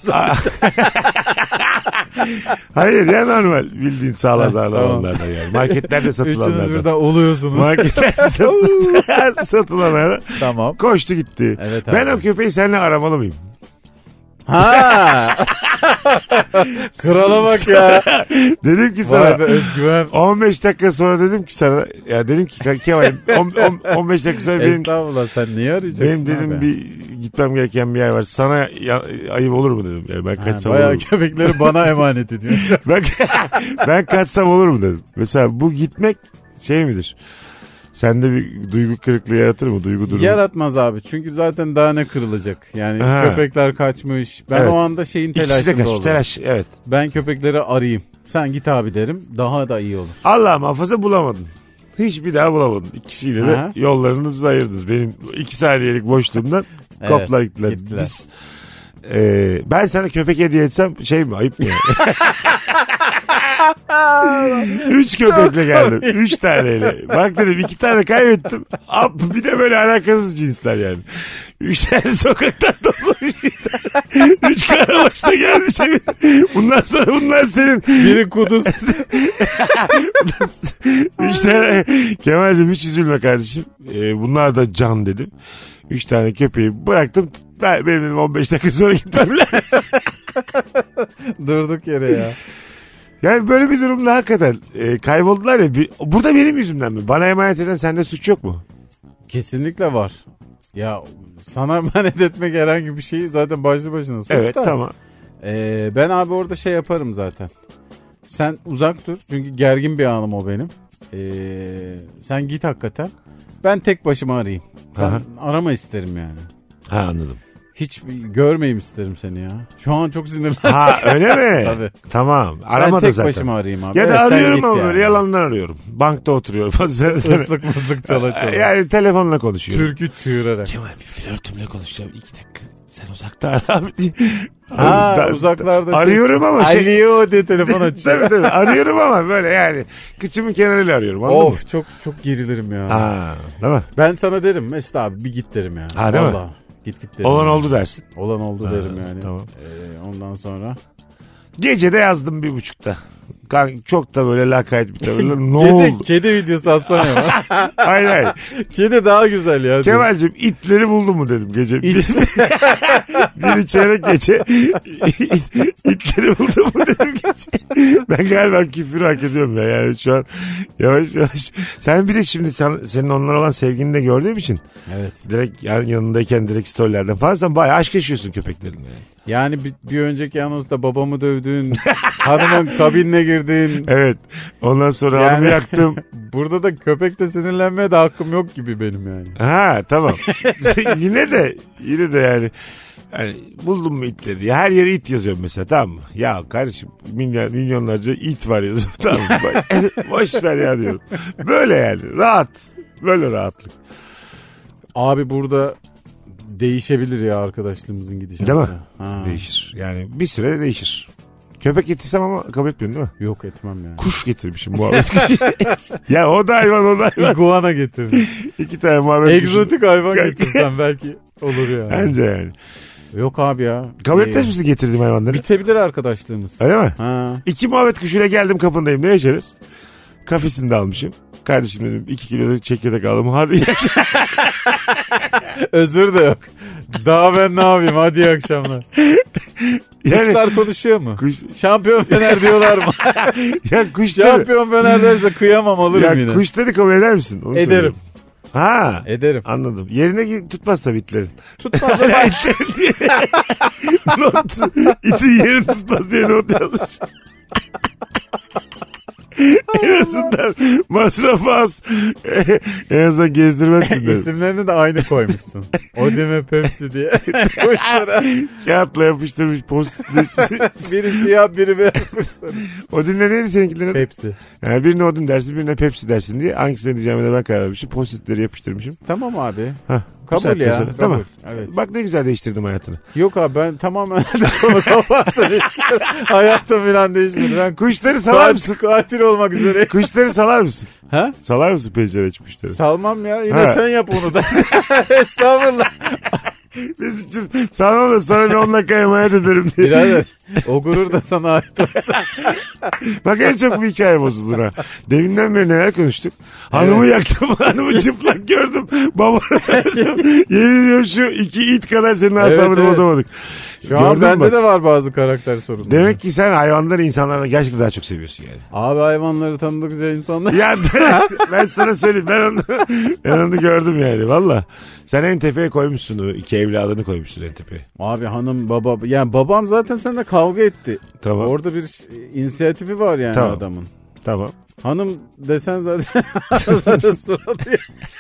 Hayır ya normal bildiğin sağlığa zararlı Tamam. olanlardan yani. Marketlerde Üçünüz satılanlardan. birden oluyorsunuz. Marketlerde satılanlardan Tamam. koştu gitti. Evet Ben abi. o köpeği seninle aramalı mıyım? Ha. Krala bak ya. Dedim ki sana. Vay be özgüven. 15 dakika sonra dedim ki sana. Ya dedim ki Kemal 15 dakika sonra benim. Estağfurullah sen niye arayacaksın? Benim dedim abi? bir gitmem gereken bir yer var. Sana ayıp olur mu dedim. Yani ben kaçsam olur Bayağı mu? köpekleri bana emanet ediyorsun. ben kaçsam olur mu dedim. Mesela bu gitmek şey midir? Sende bir duygu kırıklığı yaratır mı? Duygu durumu. Yaratmaz abi. Çünkü zaten daha ne kırılacak? Yani köpekler kaçmış. Ben Evet. o anda şeyin İkisi de telaşında kaç. olurum. Telaş evet. Ben köpekleri arayayım. Sen git abi derim. Daha da iyi olur. Allah muhafaza bulamadın. Hiçbir daha bulamadın. İkisiyle de Aha. yollarınızı ayırdınız. Benim 2 saniyelik boşluğumdan Evet, koplar gittiler. gittiler. Biz, ben sana köpek hediye etsem şey mi ayıp mı yani? 3 köpekle geldim. 3 taneyle. Bak dedim 2 tane kaybettim. Bir de böyle alakasız cinsler yani. 3 tane sokaktan toplamış. 3 karabaşta gelmiş evine. Bundan sonra bunlar senin. Biri kuduz. 3 tane. Kemal'cim hiç üzülme kardeşim. Bunlar da can dedim. 3 tane köpeği bıraktım. Benim 15 dakika sonra gitmem lazım. Durduk yere ya. Yani böyle bir durumda hakikaten kayboldular ya. Burada benim yüzümden mi? Bana emanet eden sende suç yok mu? Kesinlikle var. Ya sana emanet etmek herhangi bir şey zaten başlı başına suç Evet da. tamam. Ben abi orada şey yaparım zaten. Sen uzak dur. Çünkü gergin bir anım o benim. Sen git hakikaten. Ben tek başıma arayayım. Sen Aha. arama isterim yani. Ha anladım. Hiç görmeyeyim isterim seni ya. Şu an çok sinirlendim. Ha öyle mi? Tabii. Tamam. Ben Arama da tek zaten. başıma arayayım abi. Ya da Evet, sen arıyorum git ama yani. böyle yalandan arıyorum. Bankta oturuyorum. Islık mıslık çala çala. Yani telefonla konuşuyorum. Türkü çığırarak. Kemal bir flörtümle konuşacağım 2 dakika. Sen uzakta ara abi diye. Ha Ben- uzaklarda arıyorum ama Alo diye telefon açıyor. tabii arıyorum ama böyle yani kıçımın kenarıyla arıyorum. Anladın mı? Of çok gerilirim ya. Ha, değil mi? Ben sana derim Mesut abi bir git derim ya. Ha, değil mi? Vallahi. Git derim. Olan yani. oldu dersin. Olan oldu derim yani. tamam. Ondan sonra. Gece de yazdım 1.30'da. Çok da böyle lakayt bir tavırla. Ne Gece oldu? kedi videosu atsana ya. Hayır. Kedi daha güzel ya. Kemal'cim itleri buldun mu dedim gece. Biri çeyrek gece. İtleri buldun mu dedim gece. Ben galiba küfür hak ediyorum ya. Yani şu an yavaş yavaş. Sen bir de şimdi senin onlara olan sevgini de gördüğüm için. Evet. Direkt yanındayken direkt storylerden falan sen bayağı aşk yaşıyorsun köpeklerinle. Yani bir önceki anonsta babamı dövdün. Hanımın kabinine girdin. Evet. Ondan sonra Yani- hanımı yaktım. Burada da köpekte sinirlenmeye de hakkım yok gibi benim yani. Ha tamam. yine de yani buldum mu itleri diye. Her yere it yazıyorum mesela, tamam mı? Ya kardeşim milyonlarca it var yazıyorum, tamam mı? Boş ver ya diyorum. Böyle yani rahat. Böyle rahatlık. Abi burada değişebilir ya arkadaşlığımızın gidişatı. Değil mi? Ha. Değişir. Yani bir süre değişir. Köpek getirsem ama kabul etmiyorsun değil mi? Yok etmem yani. Kuş getirmişim muhabbet kuşu. Ya o da hayvan. İguana getirdim. 2 tane muhabbet kuşu. Egzotik hayvan getirsen belki olur yani. Bence yani. Yok abi ya. Kabul etmez misin getirdiğim hayvanları? Bitebilir arkadaşlığımız. Öyle mi? Ha. 2 muhabbet kuşuyla geldim, kapındayım. Ne yaşarız? Kafesini de almışım. Kardeşim dedim 2 kilo çekirdek aldım. Hadi iyi akşamlar. Özür de yok. Daha ben ne yapayım? Hadi iyi akşamlar. Yani, Kuşlar konuşuyor mu? kuş, Şampiyon Fener diyorlar mı? ya kuşları, Şampiyon Fener derse kıyamam alırım ya yine. kuşları kabul eder misin? Onu Ederim. soruyorum. Ha. Ederim. Anladım. Yerine tutmaz tabii itlerin. Tutmaz ama İtin yerini tutmaz diye not yazmış. En azından masrafı az. En azından gezdirmezsin dedim. isimlerini de aynı koymuşsun. Odeme Pepsi diye. Kuşlara. Kağıtla yapıştırmış post-it. Biri siyah biri beyaz kuşlara. Odin'le neydi seninkilerin? Pepsi. Yani birine Odin dersin, birine Pepsi dersin diye. Hangisine diyeceğime de ben karar vermişim. Post-itleri yapıştırmışım. Tamam abi. Hah, bu Kabul saatten ya. sonra. Kabul. Tamam. Evet. Bak ne güzel değiştirdim hayatını. Yok abi ben tamamen konu kapatsın istiyorum. Hayatım falan değişmedi. Ben Kuşları salar mısın? katil olmak üzere. Kuşları salar mısın? Ha? Salar mısın pencere aç kuşları? Salmam ya. Yine Ha. sen yap onu da. Estağfurullah. Mesut'cum sana da sana bir 10 dakika emanet ederim diye. Birader O gurur da sana ait olsa. Bak en çok bu hikaye bozuldu ha. Deminden beri neler konuştuk. Hanımı yaktım, hanımı çıplak gördüm. Babanı yaktım. Yemin ediyorum şu 2 it kadar senin asabını bozamadık. Şu an bende de var bazı karakter sorunları. Demek ki sen hayvanları insanlardan gerçekten daha çok seviyorsun yani. Abi hayvanları tanıdıkça insanlar. Ya ben sana söyleyeyim ben onu gördüm yani valla. Sen en tepeye koymuşsun o 2 evladını koymuşsun en tepeye. Abi hanım baba yani babam zaten seninle kavga etti. Tamam. Orada bir inisiyatifi var yani Tamam. adamın. Tamam. Hanım desen zaten zaten suratı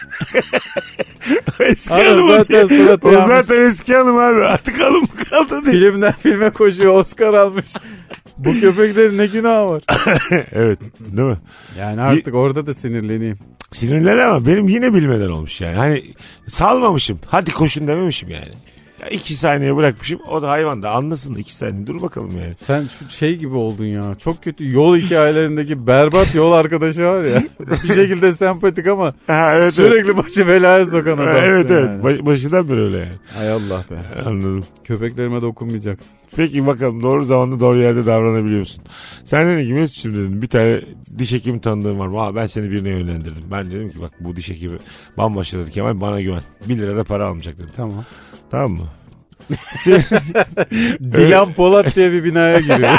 Eski Hanım hanım zaten suratı o yanmış. zaten eski hanım abi. Artık hanım mı kaldı değil. Filmden filme koşuyor, Oscar almış. Bu köpeklerin ne günahı var? Evet değil mi? Yani artık orada da sinirleneyim. Sinirler ama benim yine bilmeden olmuş yani. Hani salmamışım. Hadi koşun dememişim yani. Ya 2 saniye bırakmışım. O da hayvan da anlasın da 2 saniye. Dur bakalım yani. Sen şu şey gibi oldun ya. Çok kötü yol hikayelerindeki berbat yol arkadaşı var ya. Bir şekilde sempatik ama Ha, evet, sürekli başı belaya sokan adam. Evet evet. Yani. Başından beri öyle yani. Hay Allah be. Anladım. Köpeklerime dokunmayacaktın. Peki bakalım doğru zamanda doğru yerde davranabiliyor musun? Sen dedin ki Mesut'cum dedin bir tane diş hekimi tanıdığım var mı? Ben seni birine yönlendirdim. Ben dedim ki bak bu diş hekimi bambaşka dedi Kemal bana güven. 1 lira da para almayacak dedim. Tamam. Tamam mı? Dilan Polat diye bir binaya giriyor.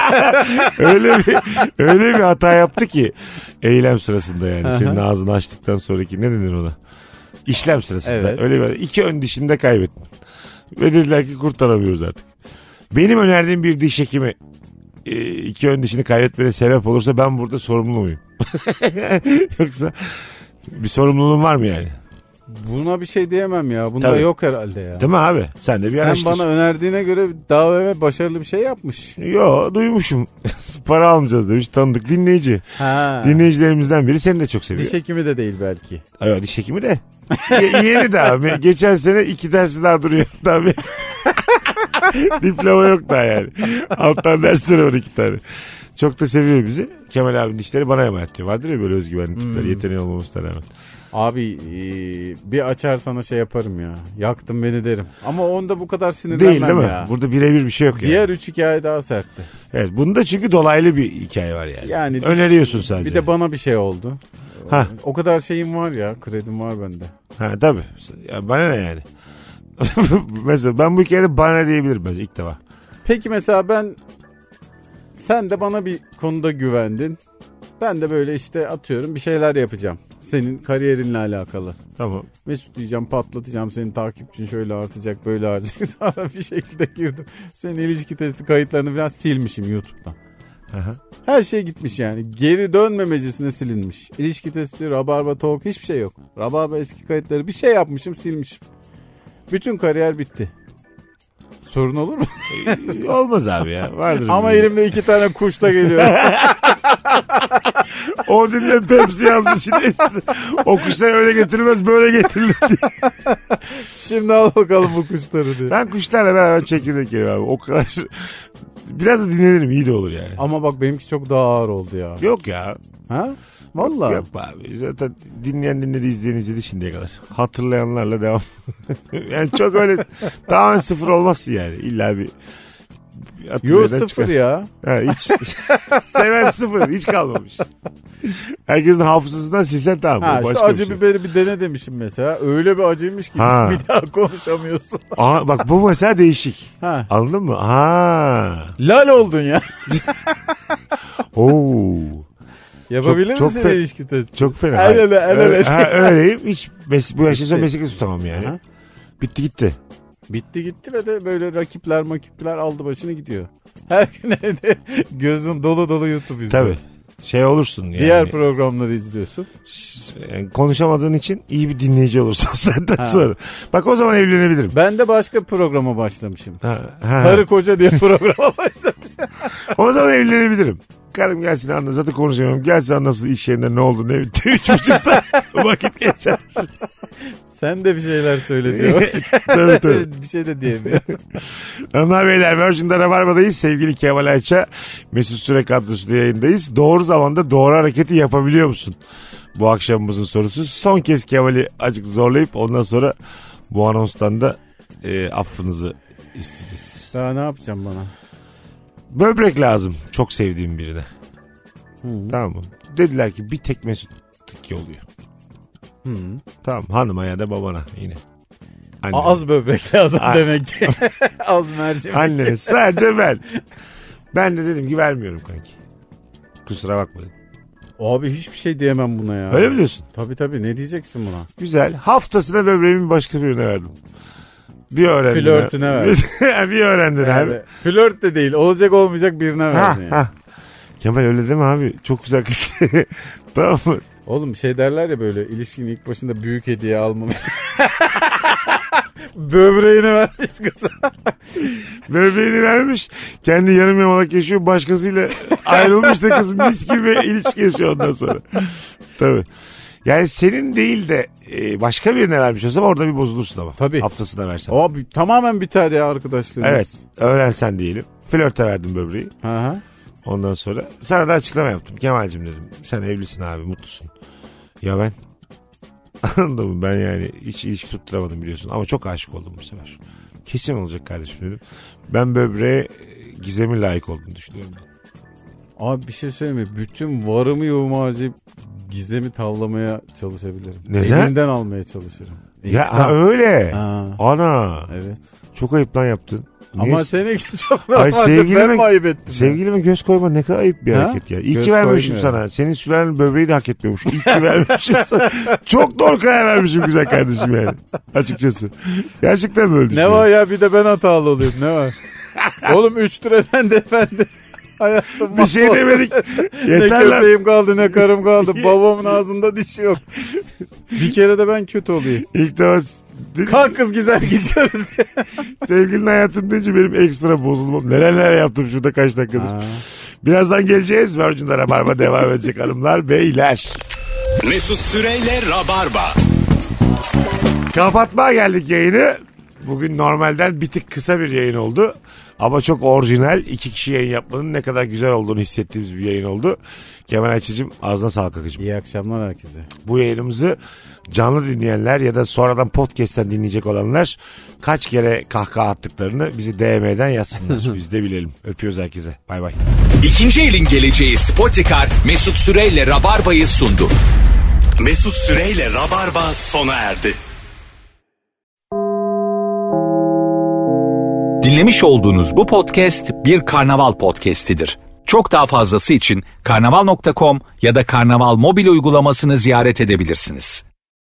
öyle bir hata yaptı ki eylem sırasında yani senin ağzını açtıktan sonraki ne denir ona? İşlem sırasında. Evet. Öyle bir 2 ön dişini de kaybettin. Ve dediler ki kurtaramıyoruz artık. Benim önerdiğim bir diş hekimi 2 ön dişini kaybetmene sebep olursa ben burada sorumlu muyum? Yoksa bir sorumluluğum var mı yani? Buna bir şey diyemem ya. Bunda Tabii. yok herhalde ya. Değil mi abi? Sen de bir Sen araştır. bana önerdiğine göre daha evvel başarılı bir şey yapmış. Yo duymuşum. Para almayacağız demiş tanıdık dinleyici. Ha. Dinleyicilerimizden biri seni de çok seviyor. Diş hekimi de değil belki. Ay, diş hekimi de. Yeni de abi. Geçen sene 2 dersi daha duruyor tabii. Diploma yok daha yani. Alttan dersleri var 2 tane. Çok da seviyor bizi. Kemal abinin dişleri bana emanet diyor. Vardır ya böyle özgüvenli tipler. Yeteneği olmamasına rağmen. Abi bir açar sana şey yaparım ya. Yaktın beni derim. Ama onda bu kadar sinirlenmem Değil değil mi? ya. Burada birebir bir şey yok yani. Diğer 3 hikaye daha sertti. Evet bunda çünkü dolaylı bir hikaye var yani. Yani öneriyorsun sadece. Bir de bana bir şey oldu. Ha. O kadar şeyim var ya. Kredim var bende. Ha tabii. Ya bana ne yani? Mesela ben bu hikayede bana ne diyebilirim bence ilk defa. Peki mesela sen de bana bir konuda güvendin. Ben de böyle işte atıyorum bir şeyler yapacağım. Senin kariyerinle alakalı. Tamam. Mesut diyeceğim patlatacağım senin takipçin şöyle artacak böyle artacak. Sonra bir şekilde girdim. Senin ilişki testi kayıtlarını falan silmişim YouTube'dan. Aha. Her şey gitmiş yani. Geri dönmemecesine silinmiş. İlişki testi, Rabarba Talk hiçbir şey yok. Rabarba eski kayıtları bir şey yapmışım silmişim. Bütün kariyer bitti. Sorun olur mu? Olmaz abi ya. Vardır. Ama elimde 2 tane kuş da geliyor. O dinle Pepsi yazmış yine. O kuşlar öyle getirmez böyle getirirler diye. Şimdi al bakalım bu kuşları diye. Ben kuşlarla beraber çekirdek yerim abi. O kadar. Biraz da dinlenirim iyi de olur yani. Ama bak benimki çok daha ağır oldu ya. Yok ya. Ha? Vallahi. Yok abi. Zaten dinleyen dinledi izleyen izledi şimdiye kadar. Hatırlayanlarla devam. Yani çok öyle tamamen sıfır olmazsın yani. İlla bir Yo sıfır ya. Ha, hiç seven sıfır. Hiç kalmamış. Herkesin hafızasından silsen tamam. Ha, Başka şu acı bir şey. biberi bir dene demişim mesela. Öyle bir acıymış ki Ha. bir daha konuşamıyorsun. Aa, bak bu mesela değişik. Ha. Anladın mı? Ha. Lal oldun ya. Oo. Yapabilir Çok misin fe- ilişki testi? Çok fena. El ele, el ele. Ha, öyleyim. Hiç bu yaşta sonra Bitti. meslek tutamam yani. Ha. Bitti gitti. Bitti gitti ve de böyle rakipler aldı başını gidiyor. Her gün evde gözün dolu dolu YouTube izliyor. Tabii. Şey olursun yani. Diğer programları izliyorsun. Yani konuşamadığın için iyi bir dinleyici olursun senden Ha. sonra. Bak o zaman evlenebilirim. Ben de başka programa başlamışım. Ha. Karı koca diye programa başlamışım. O zaman evlenebilirim. Karım gelsin anla zaten konuşamıyorum. Gelsin anlasın iş yerinde ne oldu ne bitti. 3,5 saat vakit geçer. Sen de bir şeyler söyle diyor. Tabii. Bir şey de diyemiyor. Hanımlar beyler Virgin'de Rabarba'dayız. Sevgili Kemal Ayça, Mesut Süre kadrosuyla yayındayız. Doğru zamanda doğru hareketi yapabiliyor musun? Bu akşamımızın sorusu. Son kez Kemal'i azıcık zorlayıp ondan sonra bu anonstan da affınızı isteyeceğiz. Daha ne yapacağım bana? Böbrek lazım çok sevdiğim birine. Tamam mı? Dediler ki bir tek Mesut tık oluyor. Tamam, hanıma ya da babana yine. Annene. Az böbrek lazım demek ki. Az mercimek. Annene sadece ben. Ben de dedim ki vermiyorum kanki. Kusura bakma dedim. Abi hiçbir şey diyemem buna ya. Öyle mi diyorsun? Tabii ne diyeceksin buna? Güzel. Haftasına böbreğimi başka birine verdim. Bir öğrendin. Flörtüne verdin. Bir öğrendin abi. Flört de değil. Olacak olmayacak birine verdin yani. Kemal öyle deme abi. Çok güzel kız. Tamam mı? Oğlum şey derler ya böyle ilişkinin ilk başında büyük hediye almamış. Böbreğini vermiş kıza. Böbreğini vermiş. Kendi yarım yamalak yaşıyor. Başkasıyla ayrılmış da kız mis gibi ilişki yaşıyor ondan sonra. Tabii. Yani senin değil de başka birine vermiş olsam orada bir bozulursun ama. Tabii. Haftasına versen. Abi tamamen biter ya arkadaşlığınız. Evet. Öğrensen diyelim. Flörte verdim böbreği. Hı. Ondan sonra sana da açıklama yaptım. Kemal'cim dedim. Sen evlisin abi, mutlusun. Ya ben? Anladın mı? Ben yani hiç ilişki tutturamadım biliyorsun. Ama çok aşık oldum bu sefer. Kesin olacak kardeşim dedim. Ben böbreğe Gizem'in layık olduğunu düşünüyorum. Abi bir şey söyleyeyim mi? Bütün varımı yoğumu harcayıp Gizem'i tavlamaya çalışabilirim. Neden? Elinden almaya çalışırım. Ya öyle. Ha. Ana. Evet. Çok ayıp lan yaptın. Ama seninki çok normal. Ay Ben mi ayıp ettim? Sevgilime göz koyma ne kadar ayıp bir hareket ya. İyi Göz ki vermemişim koymuyor. sana. Senin sülalenin böbreği de hak etmiyormuş. İyi ki vermişim sana. Çok doğru karar vermişim güzel kardeşim yani. Açıkçası. Gerçekten böyle Ne düşünüyorum. var ya bir de ben hatalı oluyorum. Ne var? Oğlum 3 lira efendi. Hayatım Bir şey demedik. Ne Yeter lan. köpeğim kaldı ne karım kaldı. Babamın ağzında dişi yok. Bir kere de ben kötü olayım. İlk defa Kalk kız güzel gidiyoruz diye. sevgilinin hayatım deyince benim ekstra bozulmam. Neler yaptım şurada kaç dakikadır. Birazdan geleceğiz. Virgin'de Rabarba devam edecek hanımlar beyler. Mesut Süreyle Rabarba. Kapatmaya geldik yayını. Bugün normalden bir tık kısa bir yayın oldu. Ama çok orijinal. 2 kişi yayın yapmanın ne kadar güzel olduğunu hissettiğimiz bir yayın oldu. Kemal Ayça'cığım ağzına sağlık akıcığım. İyi akşamlar herkese. Bu yayınımızı canlı dinleyenler ya da sonradan podcast'ten dinleyecek olanlar kaç kere kahkaha attıklarını bizi DM'den yazsınlar. Biz de bilelim. Öpüyoruz herkese. Bay bay. İkinci elin geleceği Spotikar Mesut Süreyle Rabarba'yı sundu. Mesut Süreyle Rabarba sona erdi. Dinlemiş olduğunuz bu podcast bir karnaval podcastidir. Çok daha fazlası için karnaval.com ya da karnaval mobil uygulamasını ziyaret edebilirsiniz.